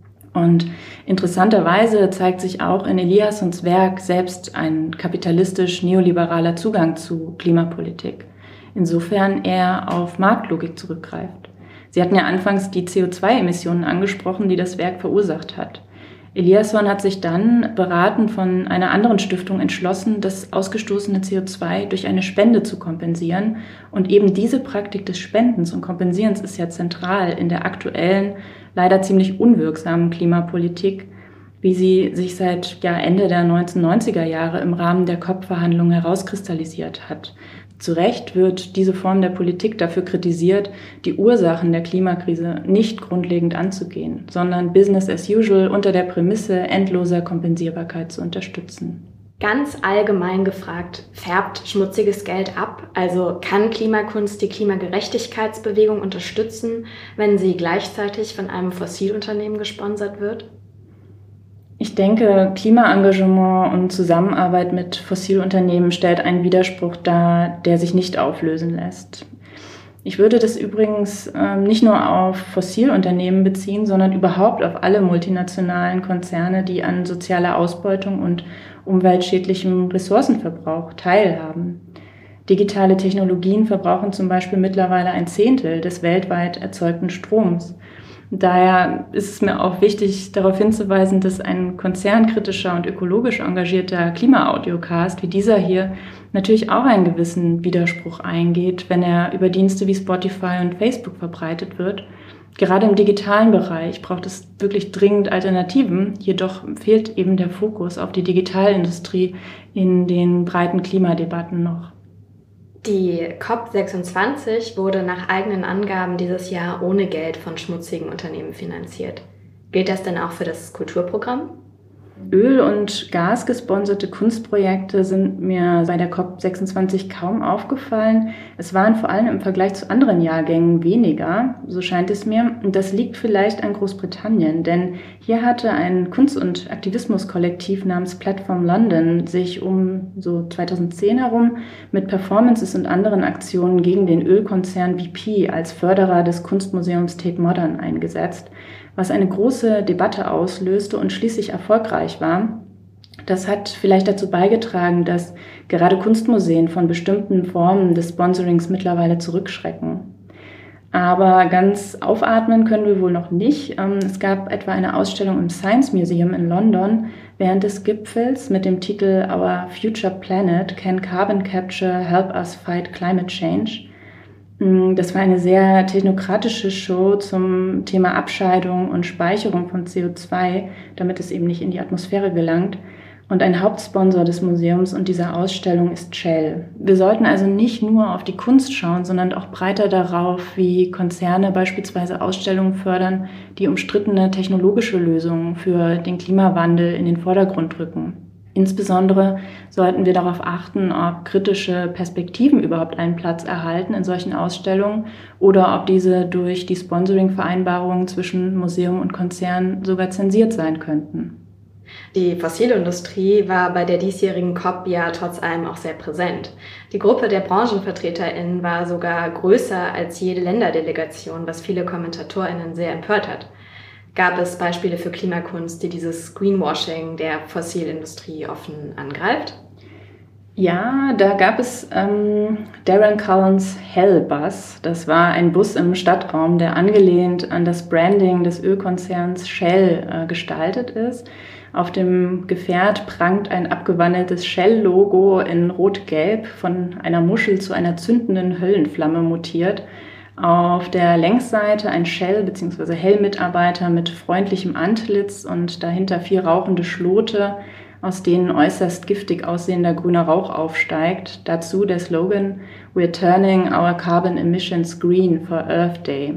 Und interessanterweise zeigt sich auch in Eliassons Werk selbst ein kapitalistisch-neoliberaler Zugang zu Klimapolitik, insofern er auf Marktlogik zurückgreift. Sie hatten ja anfangs die C O zwei Emissionen angesprochen, die das Werk verursacht hat. Eliasson hat sich dann, beraten von einer anderen Stiftung, entschlossen, das ausgestoßene C O zwei durch eine Spende zu kompensieren. Und eben diese Praktik des Spendens und Kompensierens ist ja zentral in der aktuellen, leider ziemlich unwirksamen Klimapolitik, wie sie sich seit ja, Ende der neunzehnhundertneunziger Jahre im Rahmen der C O P-Verhandlungen herauskristallisiert hat. Zu Recht wird diese Form der Politik dafür kritisiert, die Ursachen der Klimakrise nicht grundlegend anzugehen, sondern Business as usual unter der Prämisse endloser Kompensierbarkeit zu unterstützen. Ganz allgemein gefragt, färbt schmutziges Geld ab? Also kann Klimakunst die Klimagerechtigkeitsbewegung unterstützen, wenn sie gleichzeitig von einem Fossilunternehmen gesponsert wird? Ich denke, Klimaengagement und Zusammenarbeit mit Fossilunternehmen stellt einen Widerspruch dar, der sich nicht auflösen lässt. Ich würde das übrigens ähm, nicht nur auf Fossilunternehmen beziehen, sondern überhaupt auf alle multinationalen Konzerne, die an sozialer Ausbeutung und umweltschädlichem Ressourcenverbrauch teilhaben. Digitale Technologien verbrauchen zum Beispiel mittlerweile ein Zehntel des weltweit erzeugten Stroms. Daher ist es mir auch wichtig, darauf hinzuweisen, dass ein konzernkritischer und ökologisch engagierter Klima-Audiocast wie dieser hier natürlich auch einen gewissen Widerspruch eingeht, wenn er über Dienste wie Spotify und Facebook verbreitet wird. Gerade im digitalen Bereich braucht es wirklich dringend Alternativen, jedoch fehlt eben der Fokus auf die Digitalindustrie in den breiten Klimadebatten noch. Die C O P sechsundzwanzig wurde nach eigenen Angaben dieses Jahr ohne Geld von schmutzigen Unternehmen finanziert. Gilt das denn auch für das Kulturprogramm? Öl- und gasgesponserte Kunstprojekte sind mir bei der C O P sechsundzwanzig kaum aufgefallen. Es waren vor allem im Vergleich zu anderen Jahrgängen weniger, so scheint es mir. Und das liegt vielleicht an Großbritannien, denn hier hatte ein Kunst- und Aktivismuskollektiv namens Platform London sich um so zweitausendzehn herum mit Performances und anderen Aktionen gegen den Ölkonzern B P als Förderer des Kunstmuseums Tate Modern eingesetzt, was eine große Debatte auslöste und schließlich erfolgreich war. Das hat vielleicht dazu beigetragen, dass gerade Kunstmuseen von bestimmten Formen des Sponsorings mittlerweile zurückschrecken. Aber ganz aufatmen können wir wohl noch nicht. Es gab etwa eine Ausstellung im Science Museum in London während des Gipfels mit dem Titel Our Future Planet Can Carbon Capture Help Us Fight Climate Change? Das war eine sehr technokratische Show zum Thema Abscheidung und Speicherung von C O zwei, damit es eben nicht in die Atmosphäre gelangt. Und ein Hauptsponsor des Museums und dieser Ausstellung ist Shell. Wir sollten also nicht nur auf die Kunst schauen, sondern auch breiter darauf, wie Konzerne beispielsweise Ausstellungen fördern, die umstrittene technologische Lösungen für den Klimawandel in den Vordergrund rücken. Insbesondere sollten wir darauf achten, ob kritische Perspektiven überhaupt einen Platz erhalten in solchen Ausstellungen oder ob diese durch die Sponsoring-Vereinbarungen zwischen Museum und Konzern sogar zensiert sein könnten. Die Fossilindustrie war bei der diesjährigen C O P ja trotz allem auch sehr präsent. Die Gruppe der BranchenvertreterInnen war sogar größer als jede Länderdelegation, was viele KommentatorInnen sehr empört hat. Gab es Beispiele für Klimakunst, die dieses Greenwashing der Fossilindustrie offen angreift? Ja, da gab es ähm, Darren Cullens Hellbus. Das war ein Bus im Stadtraum, der angelehnt an das Branding des Ölkonzerns Shell äh, gestaltet ist. Auf dem Gefährt prangt ein abgewandeltes Shell-Logo in Rot-Gelb von einer Muschel zu einer zündenden Höllenflamme mutiert. Auf der Längsseite ein Shell- bzw. Hell-Mitarbeiter mit freundlichem Antlitz und dahinter vier rauchende Schlote, aus denen äußerst giftig aussehender grüner Rauch aufsteigt. Dazu der Slogan "We're turning our carbon emissions green for Earth Day".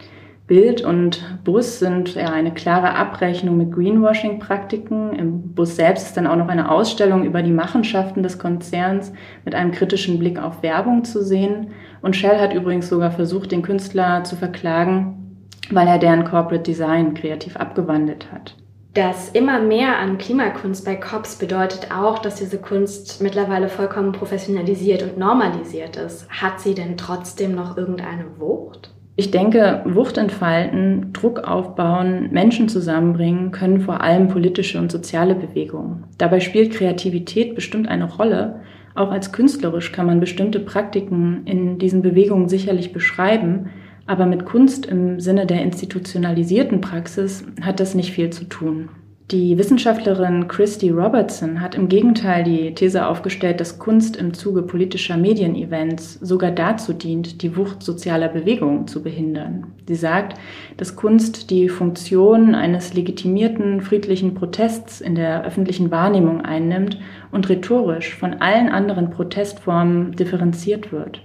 Bild und Bus sind ja eine klare Abrechnung mit Greenwashing-Praktiken. Im Bus selbst ist dann auch noch eine Ausstellung über die Machenschaften des Konzerns mit einem kritischen Blick auf Werbung zu sehen. Und Shell hat übrigens sogar versucht, den Künstler zu verklagen, weil er deren Corporate Design kreativ abgewandelt hat. Das immer mehr an Klimakunst bei C O Ps bedeutet auch, dass diese Kunst mittlerweile vollkommen professionalisiert und normalisiert ist. Hat sie denn trotzdem noch irgendeine Wucht? Ich denke, Wucht entfalten, Druck aufbauen, Menschen zusammenbringen können vor allem politische und soziale Bewegungen. Dabei spielt Kreativität bestimmt eine Rolle. Auch als künstlerisch kann man bestimmte Praktiken in diesen Bewegungen sicherlich beschreiben, aber mit Kunst im Sinne der institutionalisierten Praxis hat das nicht viel zu tun. Die Wissenschaftlerin Christy Robertson hat im Gegenteil die These aufgestellt, dass Kunst im Zuge politischer Medienevents sogar dazu dient, die Wucht sozialer Bewegungen zu behindern. Sie sagt, dass Kunst die Funktion eines legitimierten, friedlichen Protests in der öffentlichen Wahrnehmung einnimmt und rhetorisch von allen anderen Protestformen differenziert wird.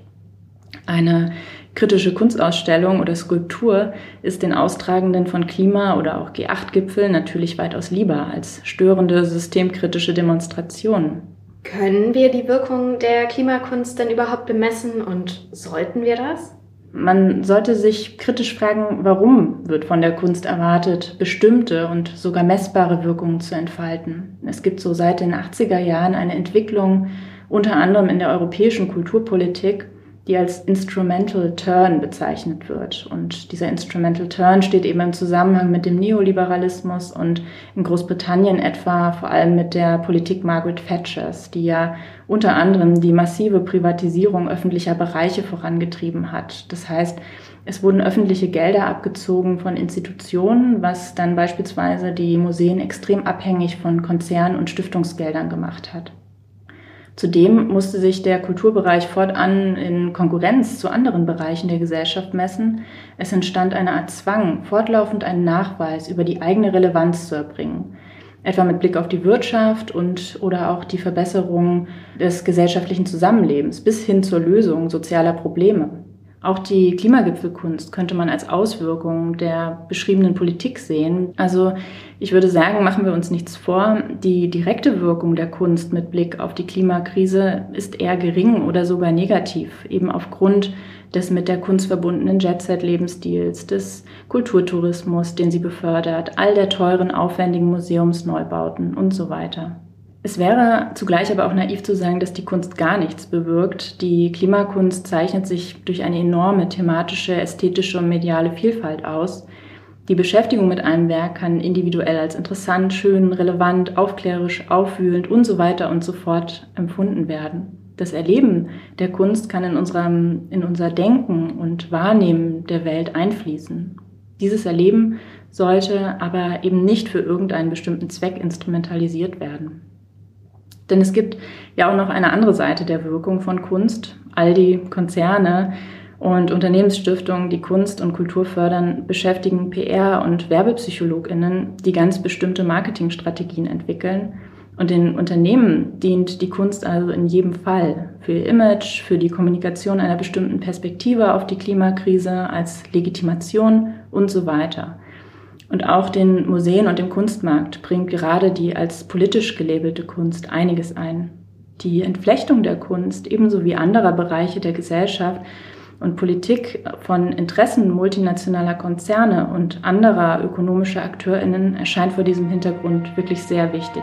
Eine kritische Kunstausstellung oder Skulptur ist den Austragenden von Klima- oder auch G acht Gipfeln natürlich weitaus lieber als störende, systemkritische Demonstrationen. Können wir die Wirkung der Klimakunst denn überhaupt bemessen und sollten wir das? Man sollte sich kritisch fragen, warum wird von der Kunst erwartet, bestimmte und sogar messbare Wirkungen zu entfalten. Es gibt so seit den achtziger Jahren eine Entwicklung, unter anderem in der europäischen Kulturpolitik, die als Instrumental Turn bezeichnet wird. Und dieser Instrumental Turn steht eben im Zusammenhang mit dem Neoliberalismus und in Großbritannien etwa vor allem mit der Politik Margaret Thatchers, die ja unter anderem die massive Privatisierung öffentlicher Bereiche vorangetrieben hat. Das heißt, es wurden öffentliche Gelder abgezogen von Institutionen, was dann beispielsweise die Museen extrem abhängig von Konzern- und Stiftungsgeldern gemacht hat. Zudem musste sich der Kulturbereich fortan in Konkurrenz zu anderen Bereichen der Gesellschaft messen. Es entstand eine Art Zwang, fortlaufend einen Nachweis über die eigene Relevanz zu erbringen, etwa mit Blick auf die Wirtschaft und oder auch die Verbesserung des gesellschaftlichen Zusammenlebens bis hin zur Lösung sozialer Probleme. Auch die Klimagipfelkunst könnte man als Auswirkung der beschriebenen Politik sehen. Also ich würde sagen, machen wir uns nichts vor, die direkte Wirkung der Kunst mit Blick auf die Klimakrise ist eher gering oder sogar negativ, eben aufgrund des mit der Kunst verbundenen Jet-Set-Lebensstils, des Kulturtourismus, den sie befördert, all der teuren, aufwendigen Museumsneubauten und so weiter. Es wäre zugleich aber auch naiv zu sagen, dass die Kunst gar nichts bewirkt. Die Klimakunst zeichnet sich durch eine enorme thematische, ästhetische und mediale Vielfalt aus. Die Beschäftigung mit einem Werk kann individuell als interessant, schön, relevant, aufklärerisch, aufwühlend und so weiter und so fort empfunden werden. Das Erleben der Kunst kann in unserem, in unser Denken und Wahrnehmen der Welt einfließen. Dieses Erleben sollte aber eben nicht für irgendeinen bestimmten Zweck instrumentalisiert werden. Denn es gibt ja auch noch eine andere Seite der Wirkung von Kunst. All die Konzerne und Unternehmensstiftungen, die Kunst und Kultur fördern, beschäftigen P R- und WerbepsychologInnen, die ganz bestimmte Marketingstrategien entwickeln. Und den Unternehmen dient die Kunst also in jedem Fall für ihr Image, für die Kommunikation einer bestimmten Perspektive auf die Klimakrise, als Legitimation und so weiter. Und auch den Museen und dem Kunstmarkt bringt gerade die als politisch gelabelte Kunst einiges ein. Die Entflechtung der Kunst, ebenso wie anderer Bereiche der Gesellschaft und Politik von Interessen multinationaler Konzerne und anderer ökonomischer AkteurInnen, erscheint vor diesem Hintergrund wirklich sehr wichtig.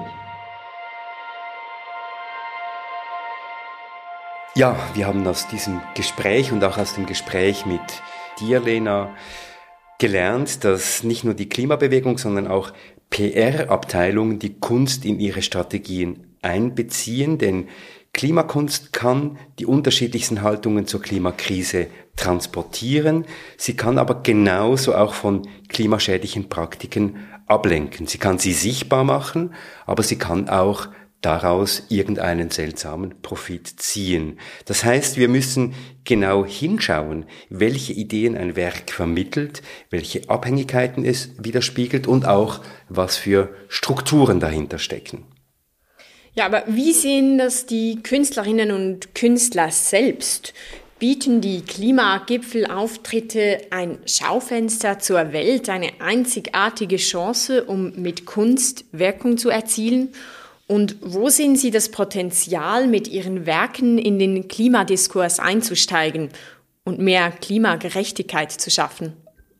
Ja, wir haben aus diesem Gespräch und auch aus dem Gespräch mit dir, Lena, gelernt, dass nicht nur die Klimabewegung, sondern auch P R-Abteilungen die Kunst in ihre Strategien einbeziehen, denn Klimakunst kann die unterschiedlichsten Haltungen zur Klimakrise transportieren. Sie kann aber genauso auch von klimaschädlichen Praktiken ablenken. Sie kann sie sichtbar machen, aber sie kann auch daraus irgendeinen seltsamen Profit ziehen. Das heißt, wir müssen genau hinschauen, welche Ideen ein Werk vermittelt, welche Abhängigkeiten es widerspiegelt und auch, was für Strukturen dahinter stecken. Ja, aber wie sehen das die Künstlerinnen und Künstler selbst? Bieten die Klimagipfelauftritte ein Schaufenster zur Welt, eine einzigartige Chance, um mit Kunst Wirkung zu erzielen? Und wo sehen Sie das Potenzial, mit Ihren Werken in den Klimadiskurs einzusteigen und mehr Klimagerechtigkeit zu schaffen?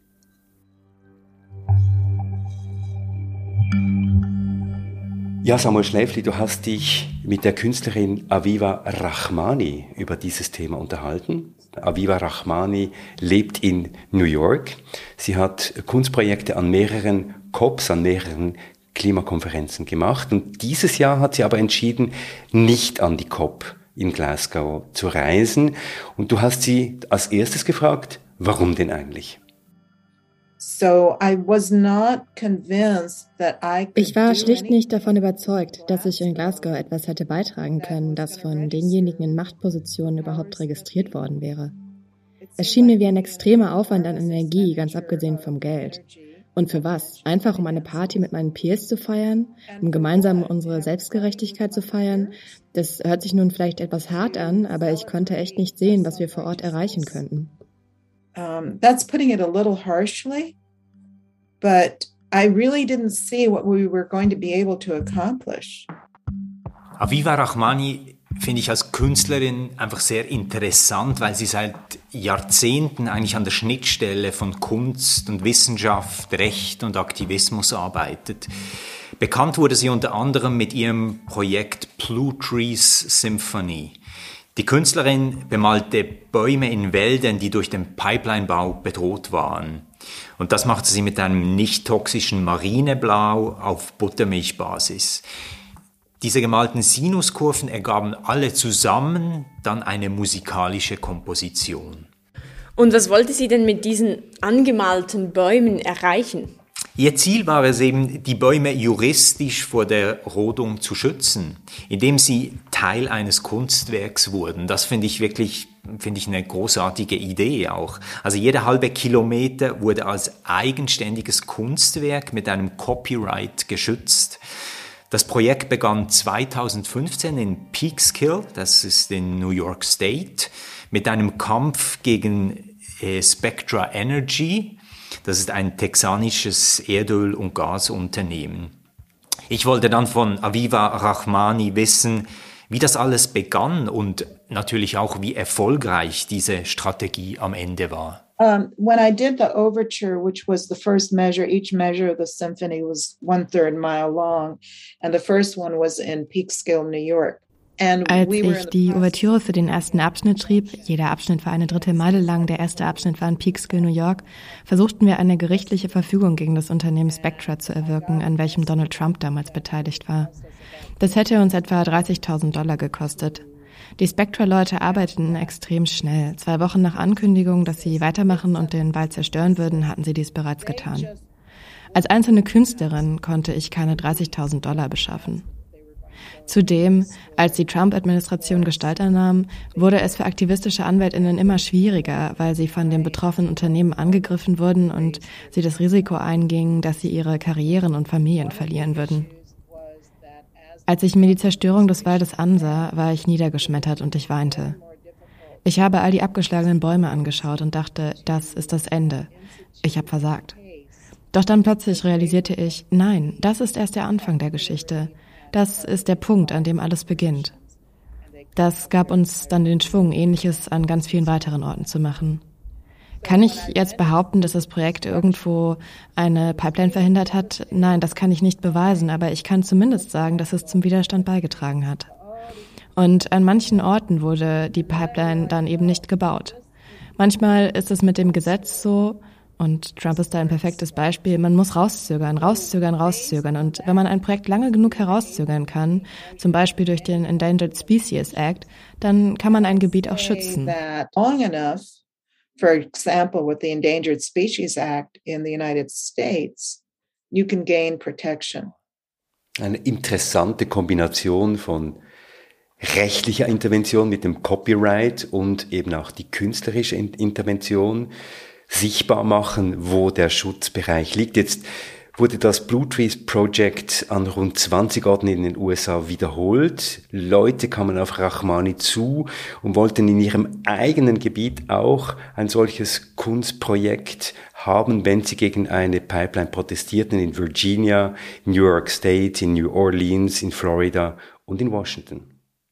Ja, Samuel Schläfli, du hast dich mit der Künstlerin Aviva Rahmani über dieses Thema unterhalten. Aviva Rahmani lebt in New York. Sie hat Kunstprojekte an mehreren COPs, an mehreren Klimakonferenzen gemacht. Und dieses Jahr hat sie aber entschieden, nicht an die COP in Glasgow zu reisen. Und du hast sie als erstes gefragt, warum denn eigentlich? So I was not convinced that I could Ich war do schlicht anything. nicht davon überzeugt, dass ich in Glasgow etwas hätte beitragen können, das von denjenigen in Machtpositionen überhaupt registriert worden wäre. Es schien mir wie ein extremer Aufwand an Energie, ganz abgesehen vom Geld. Und für was? Einfach um eine Party mit meinen Peers zu feiern? Um gemeinsam unsere Selbstgerechtigkeit zu feiern? Das hört sich nun vielleicht etwas hart an, aber ich konnte echt nicht sehen, was wir vor Ort erreichen könnten. Um, that's putting it a little harshly, but I really didn't see what we were going to be able to accomplish. Aviva Rahmani finde ich als Künstlerin einfach sehr interessant, weil sie seit Jahrzehnten eigentlich an der Schnittstelle von Kunst und Wissenschaft, Recht und Aktivismus arbeitet. Bekannt wurde sie unter anderem mit ihrem Projekt Blue Trees Symphony. Die Künstlerin bemalte Bäume in Wäldern, die durch den Pipelinebau bedroht waren. Und das machte sie mit einem nicht toxischen Marineblau auf Buttermilchbasis. Diese gemalten Sinuskurven ergaben alle zusammen dann eine musikalische Komposition. Und was wollte sie denn mit diesen angemalten Bäumen erreichen? Ihr Ziel war es eben, die Bäume juristisch vor der Rodung zu schützen, indem sie Teil eines Kunstwerks wurden. Das finde ich wirklich, finde ich eine großartige Idee auch. Also jeder halbe Kilometer wurde als eigenständiges Kunstwerk mit einem Copyright geschützt. Das Projekt begann zweitausendfünfzehn in Peekskill, das ist in New York State, mit einem Kampf gegen äh, Spectra Energy. Das ist ein texanisches Erdöl- und Gasunternehmen. Ich wollte dann von Aviva Rahmani wissen, wie das alles begann und natürlich auch, wie erfolgreich diese Strategie am Ende war. Um, when I did the overture, which was the first measure, each measure of the symphony was one third mile long, and the first one was in Peekskill, New York. Als ich die Ouvertüre für den ersten Abschnitt schrieb, jeder Abschnitt war eine Drittelmeile lang, der erste Abschnitt war in Peekskill, New York, versuchten wir eine gerichtliche Verfügung gegen das Unternehmen Spectra zu erwirken, an welchem Donald Trump damals beteiligt war. Das hätte uns etwa dreißigtausend Dollar gekostet. Die Spectra-Leute arbeiteten extrem schnell. Zwei Wochen nach Ankündigung, dass sie weitermachen und den Wald zerstören würden, hatten sie dies bereits getan. Als einzelne Künstlerin konnte ich keine dreißigtausend Dollar beschaffen. Zudem, als die Trump-Administration Gestalt annahm, wurde es für aktivistische AnwältInnen immer schwieriger, weil sie von den betroffenen Unternehmen angegriffen wurden und sie das Risiko eingingen, dass sie ihre Karrieren und Familien verlieren würden. Als ich mir die Zerstörung des Waldes ansah, war ich niedergeschmettert und ich weinte. Ich habe all die abgeschlagenen Bäume angeschaut und dachte, das ist das Ende. Ich habe versagt. Doch dann plötzlich realisierte ich, nein, das ist erst der Anfang der Geschichte. Das ist der Punkt, an dem alles beginnt. Das gab uns dann den Schwung, Ähnliches an ganz vielen weiteren Orten zu machen. Kann ich jetzt behaupten, dass das Projekt irgendwo eine Pipeline verhindert hat? Nein, das kann ich nicht beweisen, aber ich kann zumindest sagen, dass es zum Widerstand beigetragen hat. Und an manchen Orten wurde die Pipeline dann eben nicht gebaut. Manchmal ist es mit dem Gesetz so, und Trump ist da ein perfektes Beispiel, man muss rauszögern, rauszögern, rauszögern. Und wenn man ein Projekt lange genug herauszögern kann, zum Beispiel durch den Endangered Species Act, dann kann man ein Gebiet auch schützen. For example, with the Endangered Species Act in the United States, you can gain protection. Eine interessante Kombination von rechtlicher Intervention mit dem Copyright und eben auch die künstlerische Intervention. Sichtbar machen, wo der Schutzbereich liegt. Jetzt wurde das Blue Trees Project an rund zwanzig Orten in den U S A wiederholt. Leute kamen auf Rahmani zu und wollten in ihrem eigenen Gebiet auch ein solches Kunstprojekt haben, wenn sie gegen eine Pipeline protestierten in Virginia, in New York State, in New Orleans, in Florida und in Washington.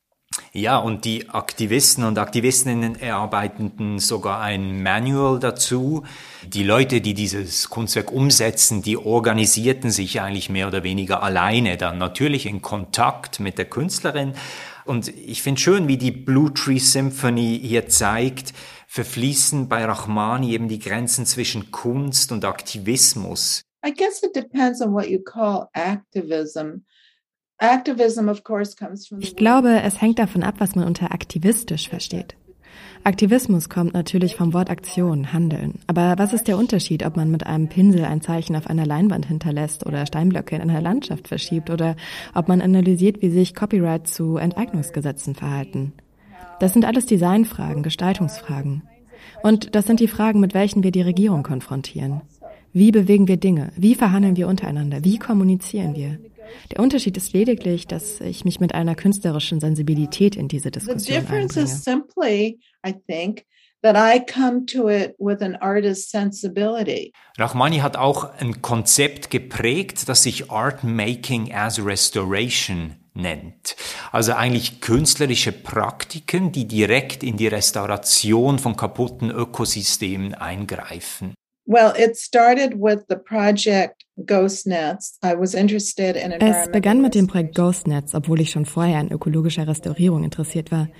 Ja, und die Aktivisten und Aktivistinnen erarbeiteten sogar ein Manual dazu. Die Leute, die dieses Kunstwerk umsetzen, die organisierten sich eigentlich mehr oder weniger alleine, dann natürlich in Kontakt mit der Künstlerin. Und ich finde schön, wie die Blue Tree Symphony hier zeigt, verfließen bei Rahmani eben die Grenzen zwischen Kunst und Aktivismus. I guess it depends on what you call activism. Activism, of course, comes from Ich glaube, es hängt davon ab, was man unter aktivistisch versteht. Aktivismus kommt natürlich vom Wort Aktion, Handeln. Aber was ist der Unterschied, ob man mit einem Pinsel ein Zeichen auf einer Leinwand hinterlässt oder Steinblöcke in einer Landschaft verschiebt oder ob man analysiert, wie sich Copyright zu Enteignungsgesetzen verhalten? Das sind alles Designfragen, Gestaltungsfragen. Und das sind die Fragen, mit welchen wir die Regierung konfrontieren. Wie bewegen wir Dinge? Wie verhandeln wir untereinander? Wie kommunizieren wir? Der Unterschied ist lediglich, dass ich mich mit einer künstlerischen Sensibilität in diese Diskussion einbringe. The difference is simply, I think, that I come to it with an artist's sensibility. Rahmani hat auch ein Konzept geprägt, das sich Art Making as Restoration nennt. Also eigentlich künstlerische Praktiken, die direkt in die Restauration von kaputten Ökosystemen eingreifen. Well, it started with the project GhostNets. I was interested in Es begann mit dem Projekt GhostNets, obwohl ich schon vorher an ökologischer Restaurierung interessiert war.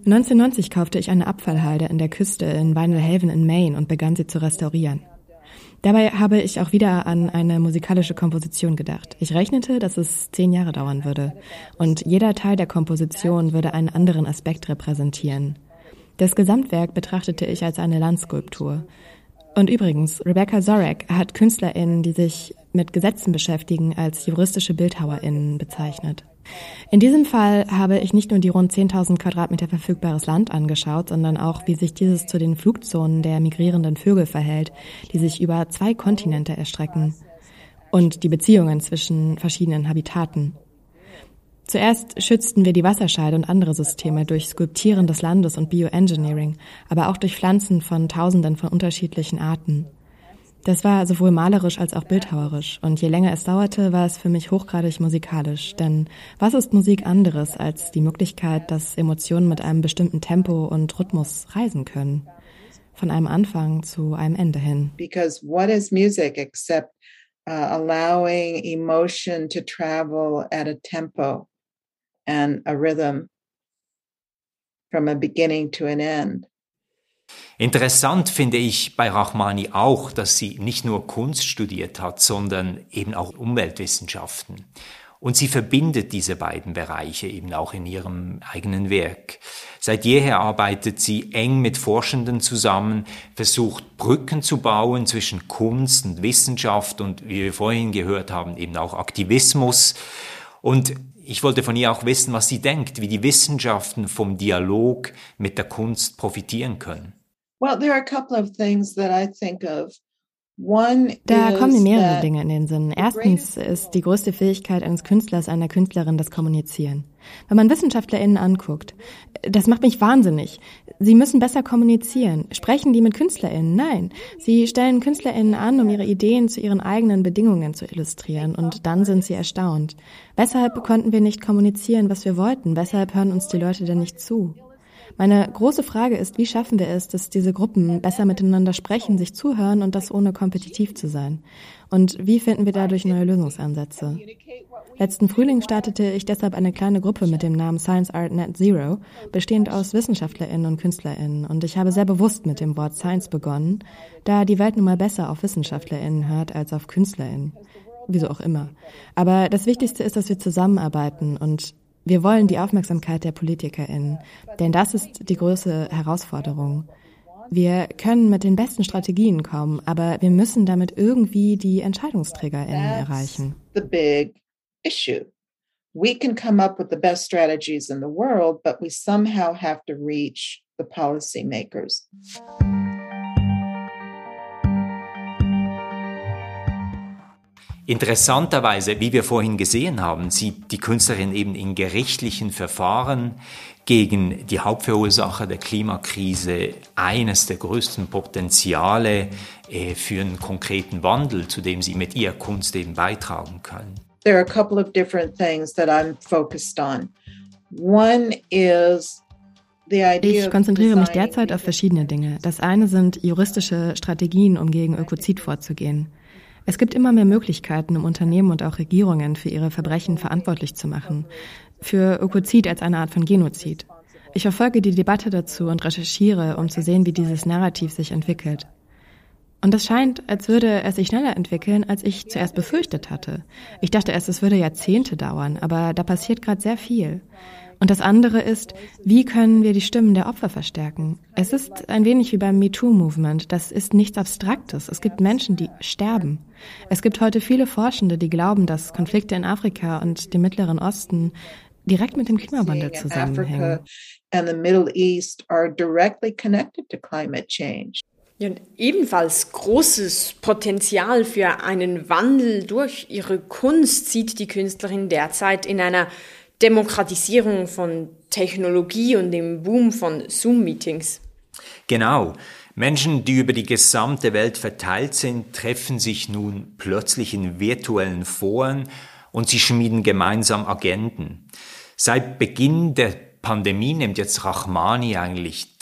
neunzehnhundertneunzig kaufte ich eine Abfallhalde in der Küste in Vinyl Haven in Maine und begann sie zu restaurieren. Dabei habe ich auch wieder an eine musikalische Komposition gedacht. Ich rechnete, dass es zehn Jahre dauern würde und jeder Teil der Komposition würde einen anderen Aspekt repräsentieren. Das Gesamtwerk betrachtete ich als eine Landskulptur. Und übrigens, Rebecca Zorek hat KünstlerInnen, die sich mit Gesetzen beschäftigen, als juristische BildhauerInnen bezeichnet. In diesem Fall habe ich nicht nur die rund zehntausend Quadratmeter verfügbares Land angeschaut, sondern auch, wie sich dieses zu den Flugzonen der migrierenden Vögel verhält, die sich über zwei Kontinente erstrecken, und die Beziehungen zwischen verschiedenen Habitaten. Zuerst schützten wir die Wasserscheide und andere Systeme durch Skulptieren des Landes und Bioengineering, aber auch durch Pflanzen von Tausenden von unterschiedlichen Arten. Das war sowohl malerisch als auch bildhauerisch, und je länger es dauerte, war es für mich hochgradig musikalisch. Denn was ist Musik anderes als die Möglichkeit, dass Emotionen mit einem bestimmten Tempo und Rhythmus reisen können? Von einem Anfang zu einem Ende hin. Because what is music except uh, allowing emotion to travel at a tempo and a rhythm from a beginning to an end? Interessant finde ich bei Rahmani auch, dass sie nicht nur Kunst studiert hat, sondern eben auch Umweltwissenschaften. Und sie verbindet diese beiden Bereiche eben auch in ihrem eigenen Werk. Seit jeher arbeitet sie eng mit Forschenden zusammen, versucht Brücken zu bauen zwischen Kunst und Wissenschaft und, wie wir vorhin gehört haben, eben auch Aktivismus. Und ich wollte von ihr auch wissen, was sie denkt, wie die Wissenschaften vom Dialog mit der Kunst profitieren können. Well, there are a couple of things that I think of. One Da is kommen mir mehrere that Dinge in den Sinn. Erstens ist die größte Fähigkeit eines Künstlers, einer Künstlerin das Kommunizieren. Wenn man WissenschaftlerInnen anguckt, das macht mich wahnsinnig. Sie müssen besser kommunizieren. Sprechen die mit KünstlerInnen? Nein. Sie stellen KünstlerInnen an, um ihre Ideen zu ihren eigenen Bedingungen zu illustrieren, und dann sind sie erstaunt. Weshalb konnten wir nicht kommunizieren, was wir wollten? Weshalb hören uns die Leute denn nicht zu? Meine große Frage ist, wie schaffen wir es, dass diese Gruppen besser miteinander sprechen, sich zuhören und das ohne kompetitiv zu sein? Und wie finden wir dadurch neue Lösungsansätze? Letzten Frühling startete ich deshalb eine kleine Gruppe mit dem Namen Science Art Net Zero, bestehend aus WissenschaftlerInnen und KünstlerInnen. Und ich habe sehr bewusst mit dem Wort Science begonnen, da die Welt nun mal besser auf WissenschaftlerInnen hört als auf KünstlerInnen. Wieso auch immer. Aber das Wichtigste ist, dass wir zusammenarbeiten, und wir wollen die Aufmerksamkeit der PolitikerInnen, denn das ist die große Herausforderung. Wir können mit den besten Strategien kommen, aber wir müssen damit irgendwie die EntscheidungsträgerInnen erreichen. The big issue. We can come up with the best strategies in the world, but we somehow have to reach the policymakers. Interessanterweise, wie wir vorhin gesehen haben, sieht die Künstlerin eben in gerichtlichen Verfahren gegen die Hauptverursacher der Klimakrise eines der größten Potenziale äh, für einen konkreten Wandel, zu dem sie mit ihrer Kunst eben beitragen können. There are a couple of different things that I'm focused on. One is Ich konzentriere mich derzeit auf verschiedene Dinge. Das eine sind juristische Strategien, um gegen Ökozid vorzugehen. Es gibt immer mehr Möglichkeiten, um Unternehmen und auch Regierungen für ihre Verbrechen verantwortlich zu machen. Für Ökozid als eine Art von Genozid. Ich verfolge die Debatte dazu und recherchiere, um zu sehen, wie dieses Narrativ sich entwickelt. Und es scheint, als würde es sich schneller entwickeln, als ich zuerst befürchtet hatte. Ich dachte erst, es würde Jahrzehnte dauern, aber da passiert gerade sehr viel. Und das andere ist, wie können wir die Stimmen der Opfer verstärken? Es ist ein wenig wie beim MeToo-Movement. Das ist nichts Abstraktes. Es gibt Menschen, die sterben. Es gibt heute viele Forschende, die glauben, dass Konflikte in Afrika und dem Mittleren Osten direkt mit dem Klimawandel zusammenhängen. And the Middle East are directly connected to climate change. Ja, und ebenfalls großes Potenzial für einen Wandel durch ihre Kunst sieht die Künstlerin derzeit in einer Demokratisierung von Technologie und dem Boom von Zoom-Meetings. Genau. Menschen, die über die gesamte Welt verteilt sind, treffen sich nun plötzlich in virtuellen Foren und sie schmieden gemeinsam Agenden. Seit Beginn der Pandemie nimmt jetzt Rahmani eigentlich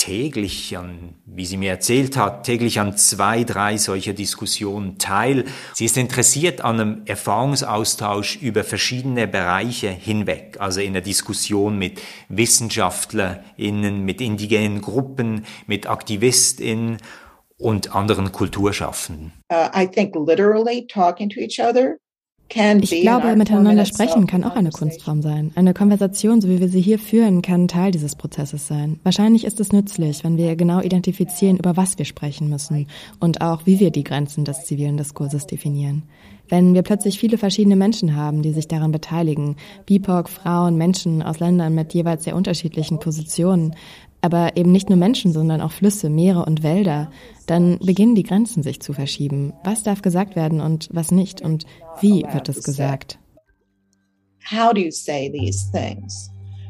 täglich an, wie sie mir erzählt hat, täglich an zwei, drei solcher Diskussionen teil. Sie ist interessiert an einem Erfahrungsaustausch über verschiedene Bereiche hinweg, also in der Diskussion mit WissenschaftlerInnen, mit indigenen Gruppen, mit AktivistInnen und anderen Kulturschaffenden. Uh, I think literally talking to each other. Ich glaube, miteinander sprechen kann auch eine Kunstform sein. Eine Konversation, so wie wir sie hier führen, kann Teil dieses Prozesses sein. Wahrscheinlich ist es nützlich, wenn wir genau identifizieren, über was wir sprechen müssen und auch, wie wir die Grenzen des zivilen Diskurses definieren. Wenn wir plötzlich viele verschiedene Menschen haben, die sich daran beteiligen, B I P O C, Frauen, Menschen aus Ländern mit jeweils sehr unterschiedlichen Positionen, aber eben nicht nur Menschen, sondern auch Flüsse, Meere und Wälder, dann beginnen die Grenzen sich zu verschieben. Was darf gesagt werden und was nicht? Und wie wird es gesagt? How do you say these things?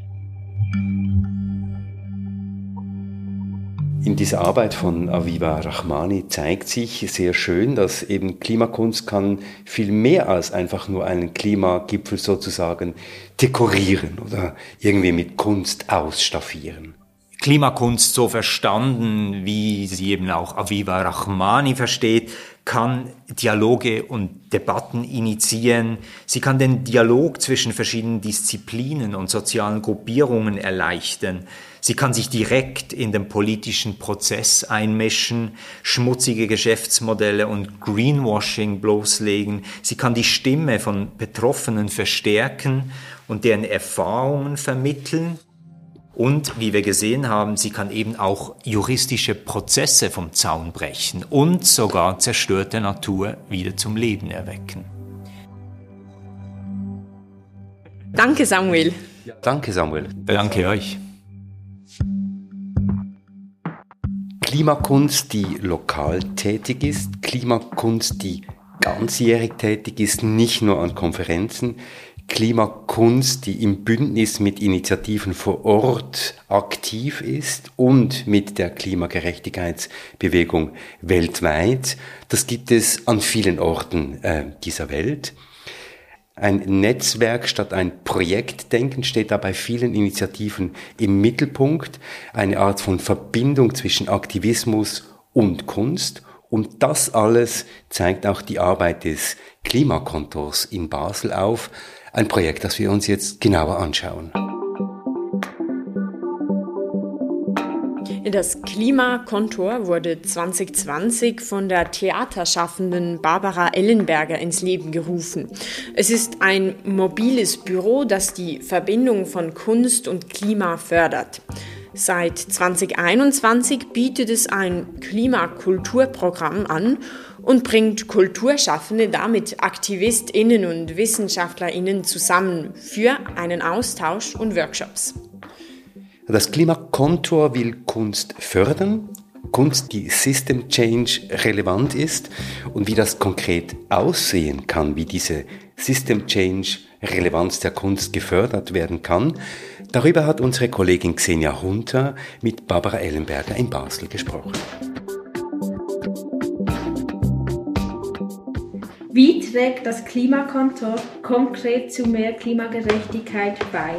In dieser Arbeit von Aviva Rahmani zeigt sich sehr schön, dass eben Klimakunst kann viel mehr als einfach nur einen Klimagipfel sozusagen dekorieren oder irgendwie mit Kunst ausstaffieren. Klimakunst, so verstanden, wie sie eben auch Aviva Rahmani versteht, kann Dialoge und Debatten initiieren. Sie kann den Dialog zwischen verschiedenen Disziplinen und sozialen Gruppierungen erleichtern. Sie kann sich direkt in den politischen Prozess einmischen, schmutzige Geschäftsmodelle und Greenwashing bloßlegen. Sie kann die Stimme von Betroffenen verstärken und deren Erfahrungen vermitteln. Und, wie wir gesehen haben, sie kann eben auch juristische Prozesse vom Zaun brechen und sogar zerstörte Natur wieder zum Leben erwecken. Danke, Samuel. Danke, Samuel. Danke euch. Klimakunst, die lokal tätig ist, Klimakunst, die ganzjährig tätig ist, nicht nur an Konferenzen, Klimakunst, die im Bündnis mit Initiativen vor Ort aktiv ist und mit der Klimagerechtigkeitsbewegung weltweit. Das gibt es an vielen Orten äh, dieser Welt. Ein Netzwerk statt ein Projektdenken steht da bei vielen Initiativen im Mittelpunkt. Eine Art von Verbindung zwischen Aktivismus und Kunst. Und das alles zeigt auch die Arbeit des Klimakontors in Basel auf. Ein Projekt, das wir uns jetzt genauer anschauen. Das Klimakontor wurde zwanzig zwanzig von der Theaterschaffenden Barbara Ellenberger ins Leben gerufen. Es ist ein mobiles Büro, das die Verbindung von Kunst und Klima fördert. Seit zwanzig einundzwanzig bietet es ein Klimakulturprogramm an und bringt Kulturschaffende damit AktivistInnen und WissenschaftlerInnen zusammen für einen Austausch und Workshops. Das Klimakontor will Kunst fördern, Kunst, die System Change relevant ist, und wie das konkret aussehen kann, wie diese System Change Relevanz der Kunst gefördert werden kann. Darüber hat unsere Kollegin Xenia Hunter mit Barbara Ellenberger in Basel gesprochen. Wie trägt das Klimakontor konkret zu mehr Klimagerechtigkeit bei?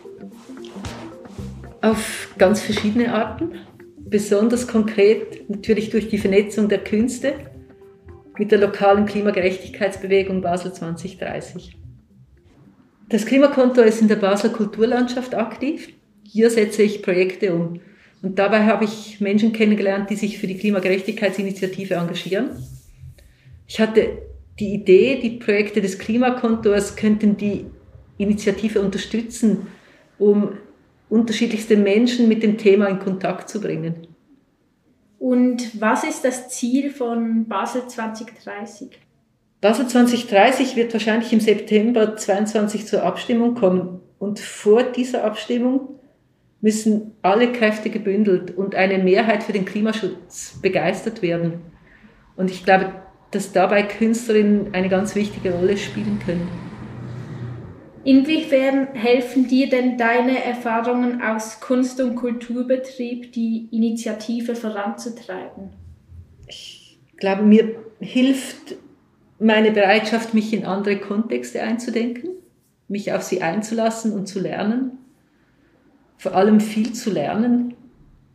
Auf ganz verschiedene Arten. Besonders konkret natürlich durch die Vernetzung der Künste mit der lokalen Klimagerechtigkeitsbewegung Basel zwanzig dreißig. Das Klimakontor ist in der Basler Kulturlandschaft aktiv. Hier setze ich Projekte um. Und dabei habe ich Menschen kennengelernt, die sich für die Klimagerechtigkeitsinitiative engagieren. Ich hatte die Idee, die Projekte des Klimakontors könnten die Initiative unterstützen, um unterschiedlichste Menschen mit dem Thema in Kontakt zu bringen. Und was ist das Ziel von Basel zwanzig dreißig? Basel zwanzig dreißig wird wahrscheinlich im September zweiundzwanzig zur Abstimmung kommen. Und vor dieser Abstimmung müssen alle Kräfte gebündelt und eine Mehrheit für den Klimaschutz begeistert werden. Und ich glaube, dass dabei Künstlerinnen eine ganz wichtige Rolle spielen können. Inwiefern helfen dir denn deine Erfahrungen aus Kunst- und Kulturbetrieb, die Initiative voranzutreiben? Ich glaube, mir hilft meine Bereitschaft, mich in andere Kontexte einzudenken, mich auf sie einzulassen und zu lernen, vor allem viel zu lernen.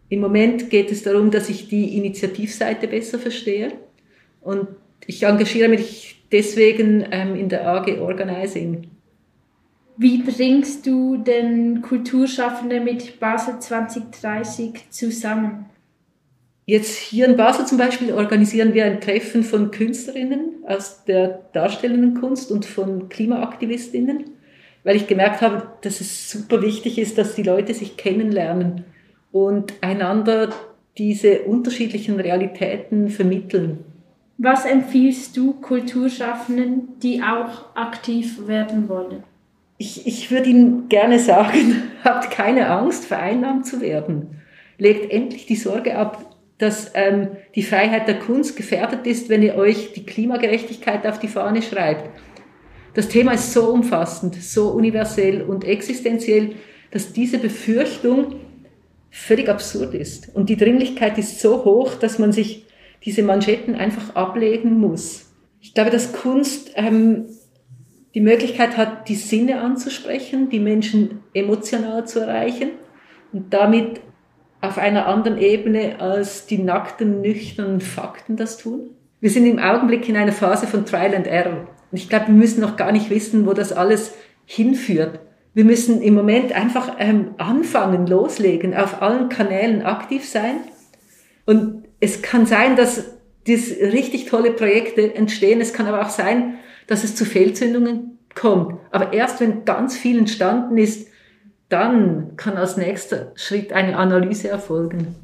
Im Moment geht es darum, dass ich die Initiativseite besser verstehe und ich engagiere mich deswegen ähm, in der A G Organizing. Wie bringst du denn Kulturschaffende mit Basel zwanzig dreißig zusammen? Jetzt hier in Basel zum Beispiel organisieren wir ein Treffen von Künstlerinnen aus der darstellenden Kunst und von Klimaaktivistinnen, weil ich gemerkt habe, dass es super wichtig ist, dass die Leute sich kennenlernen und einander diese unterschiedlichen Realitäten vermitteln. Was empfiehlst du Kulturschaffenden, die auch aktiv werden wollen? Ich, ich würde Ihnen gerne sagen, habt keine Angst, vereinnahmt zu werden. Legt endlich die Sorge ab, dass ähm, die Freiheit der Kunst gefährdet ist, wenn ihr euch die Klimagerechtigkeit auf die Fahne schreibt. Das Thema ist so umfassend, so universell und existenziell, dass diese Befürchtung völlig absurd ist. Und die Dringlichkeit ist so hoch, dass man sich diese Manschetten einfach ablegen muss. Ich glaube, dass Kunst ähm, die Möglichkeit hat, die Sinne anzusprechen, die Menschen emotional zu erreichen und damit auf einer anderen Ebene als die nackten, nüchternen Fakten das tun. Wir sind im Augenblick in einer Phase von Trial and Error. Und ich glaube, wir müssen noch gar nicht wissen, wo das alles hinführt. Wir müssen im Moment einfach ähm, anfangen, loslegen, auf allen Kanälen aktiv sein. Und es kann sein, dass das richtig tolle Projekte entstehen. Es kann aber auch sein, dass es zu Fehlzündungen kommt. Aber erst wenn ganz viel entstanden ist, dann kann als nächster Schritt eine Analyse erfolgen.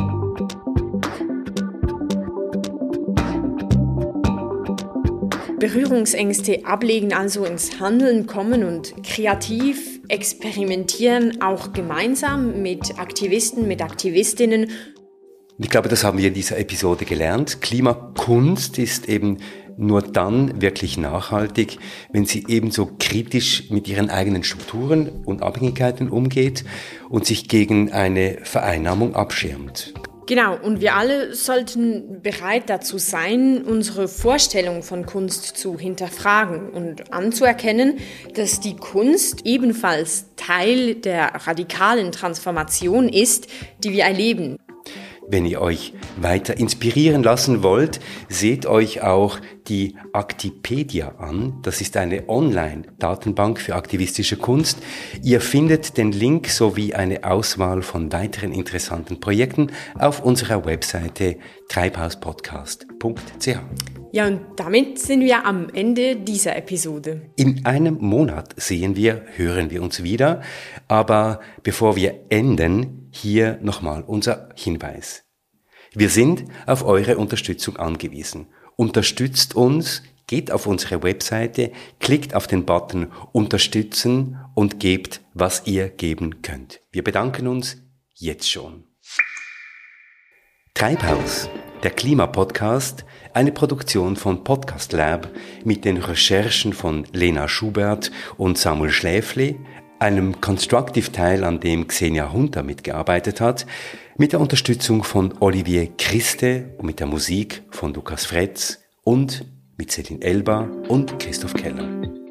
Berührungsängste ablegen, also ins Handeln kommen und kreativ experimentieren, auch gemeinsam mit Aktivisten, mit Aktivistinnen. Ich glaube, das haben wir in dieser Episode gelernt. Klimakunst ist eben nur dann wirklich nachhaltig, wenn sie ebenso kritisch mit ihren eigenen Strukturen und Abhängigkeiten umgeht und sich gegen eine Vereinnahmung abschirmt. Genau, und wir alle sollten bereit dazu sein, unsere Vorstellung von Kunst zu hinterfragen und anzuerkennen, dass die Kunst ebenfalls Teil der radikalen Transformation ist, die wir erleben. Wenn ihr euch weiter inspirieren lassen wollt, seht euch auch die Aktipedia an. Das ist eine Online-Datenbank für aktivistische Kunst. Ihr findet den Link sowie eine Auswahl von weiteren interessanten Projekten auf unserer Webseite treibhauspodcast punkt c h. Ja, und damit sind wir am Ende dieser Episode. In einem Monat sehen wir, hören wir uns wieder. Aber bevor wir enden, hier nochmal unser Hinweis. Wir sind auf eure Unterstützung angewiesen. Unterstützt uns, geht auf unsere Webseite, klickt auf den Button Unterstützen und gebt, was ihr geben könnt. Wir bedanken uns jetzt schon. Treibhaus, der Klimapodcast, eine Produktion von Podcast Lab mit den Recherchen von Lena Schubert und Samuel Schläfli, einem Constructive-Teil, an dem Xenia Hunter mitgearbeitet hat, mit der Unterstützung von Olivier Christe und mit der Musik von Lukas Fretz und mit Celine Elba und Christoph Keller.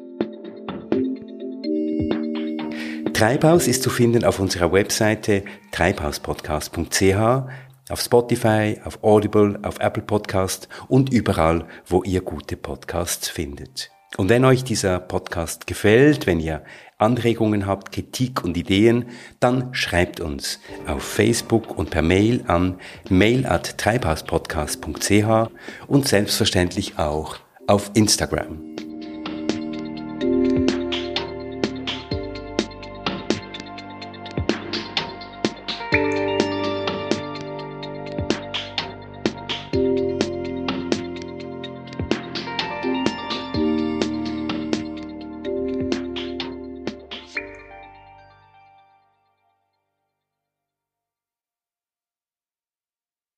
Treibhaus ist zu finden auf unserer Webseite treibhauspodcast punkt c h, auf Spotify, auf Audible, auf Apple Podcast und überall, wo ihr gute Podcasts findet. Und wenn euch dieser Podcast gefällt, wenn ihr Anregungen habt, Kritik und Ideen, dann schreibt uns auf Facebook und per Mail an mail at treibhauspodcast punkt c h und selbstverständlich auch auf Instagram.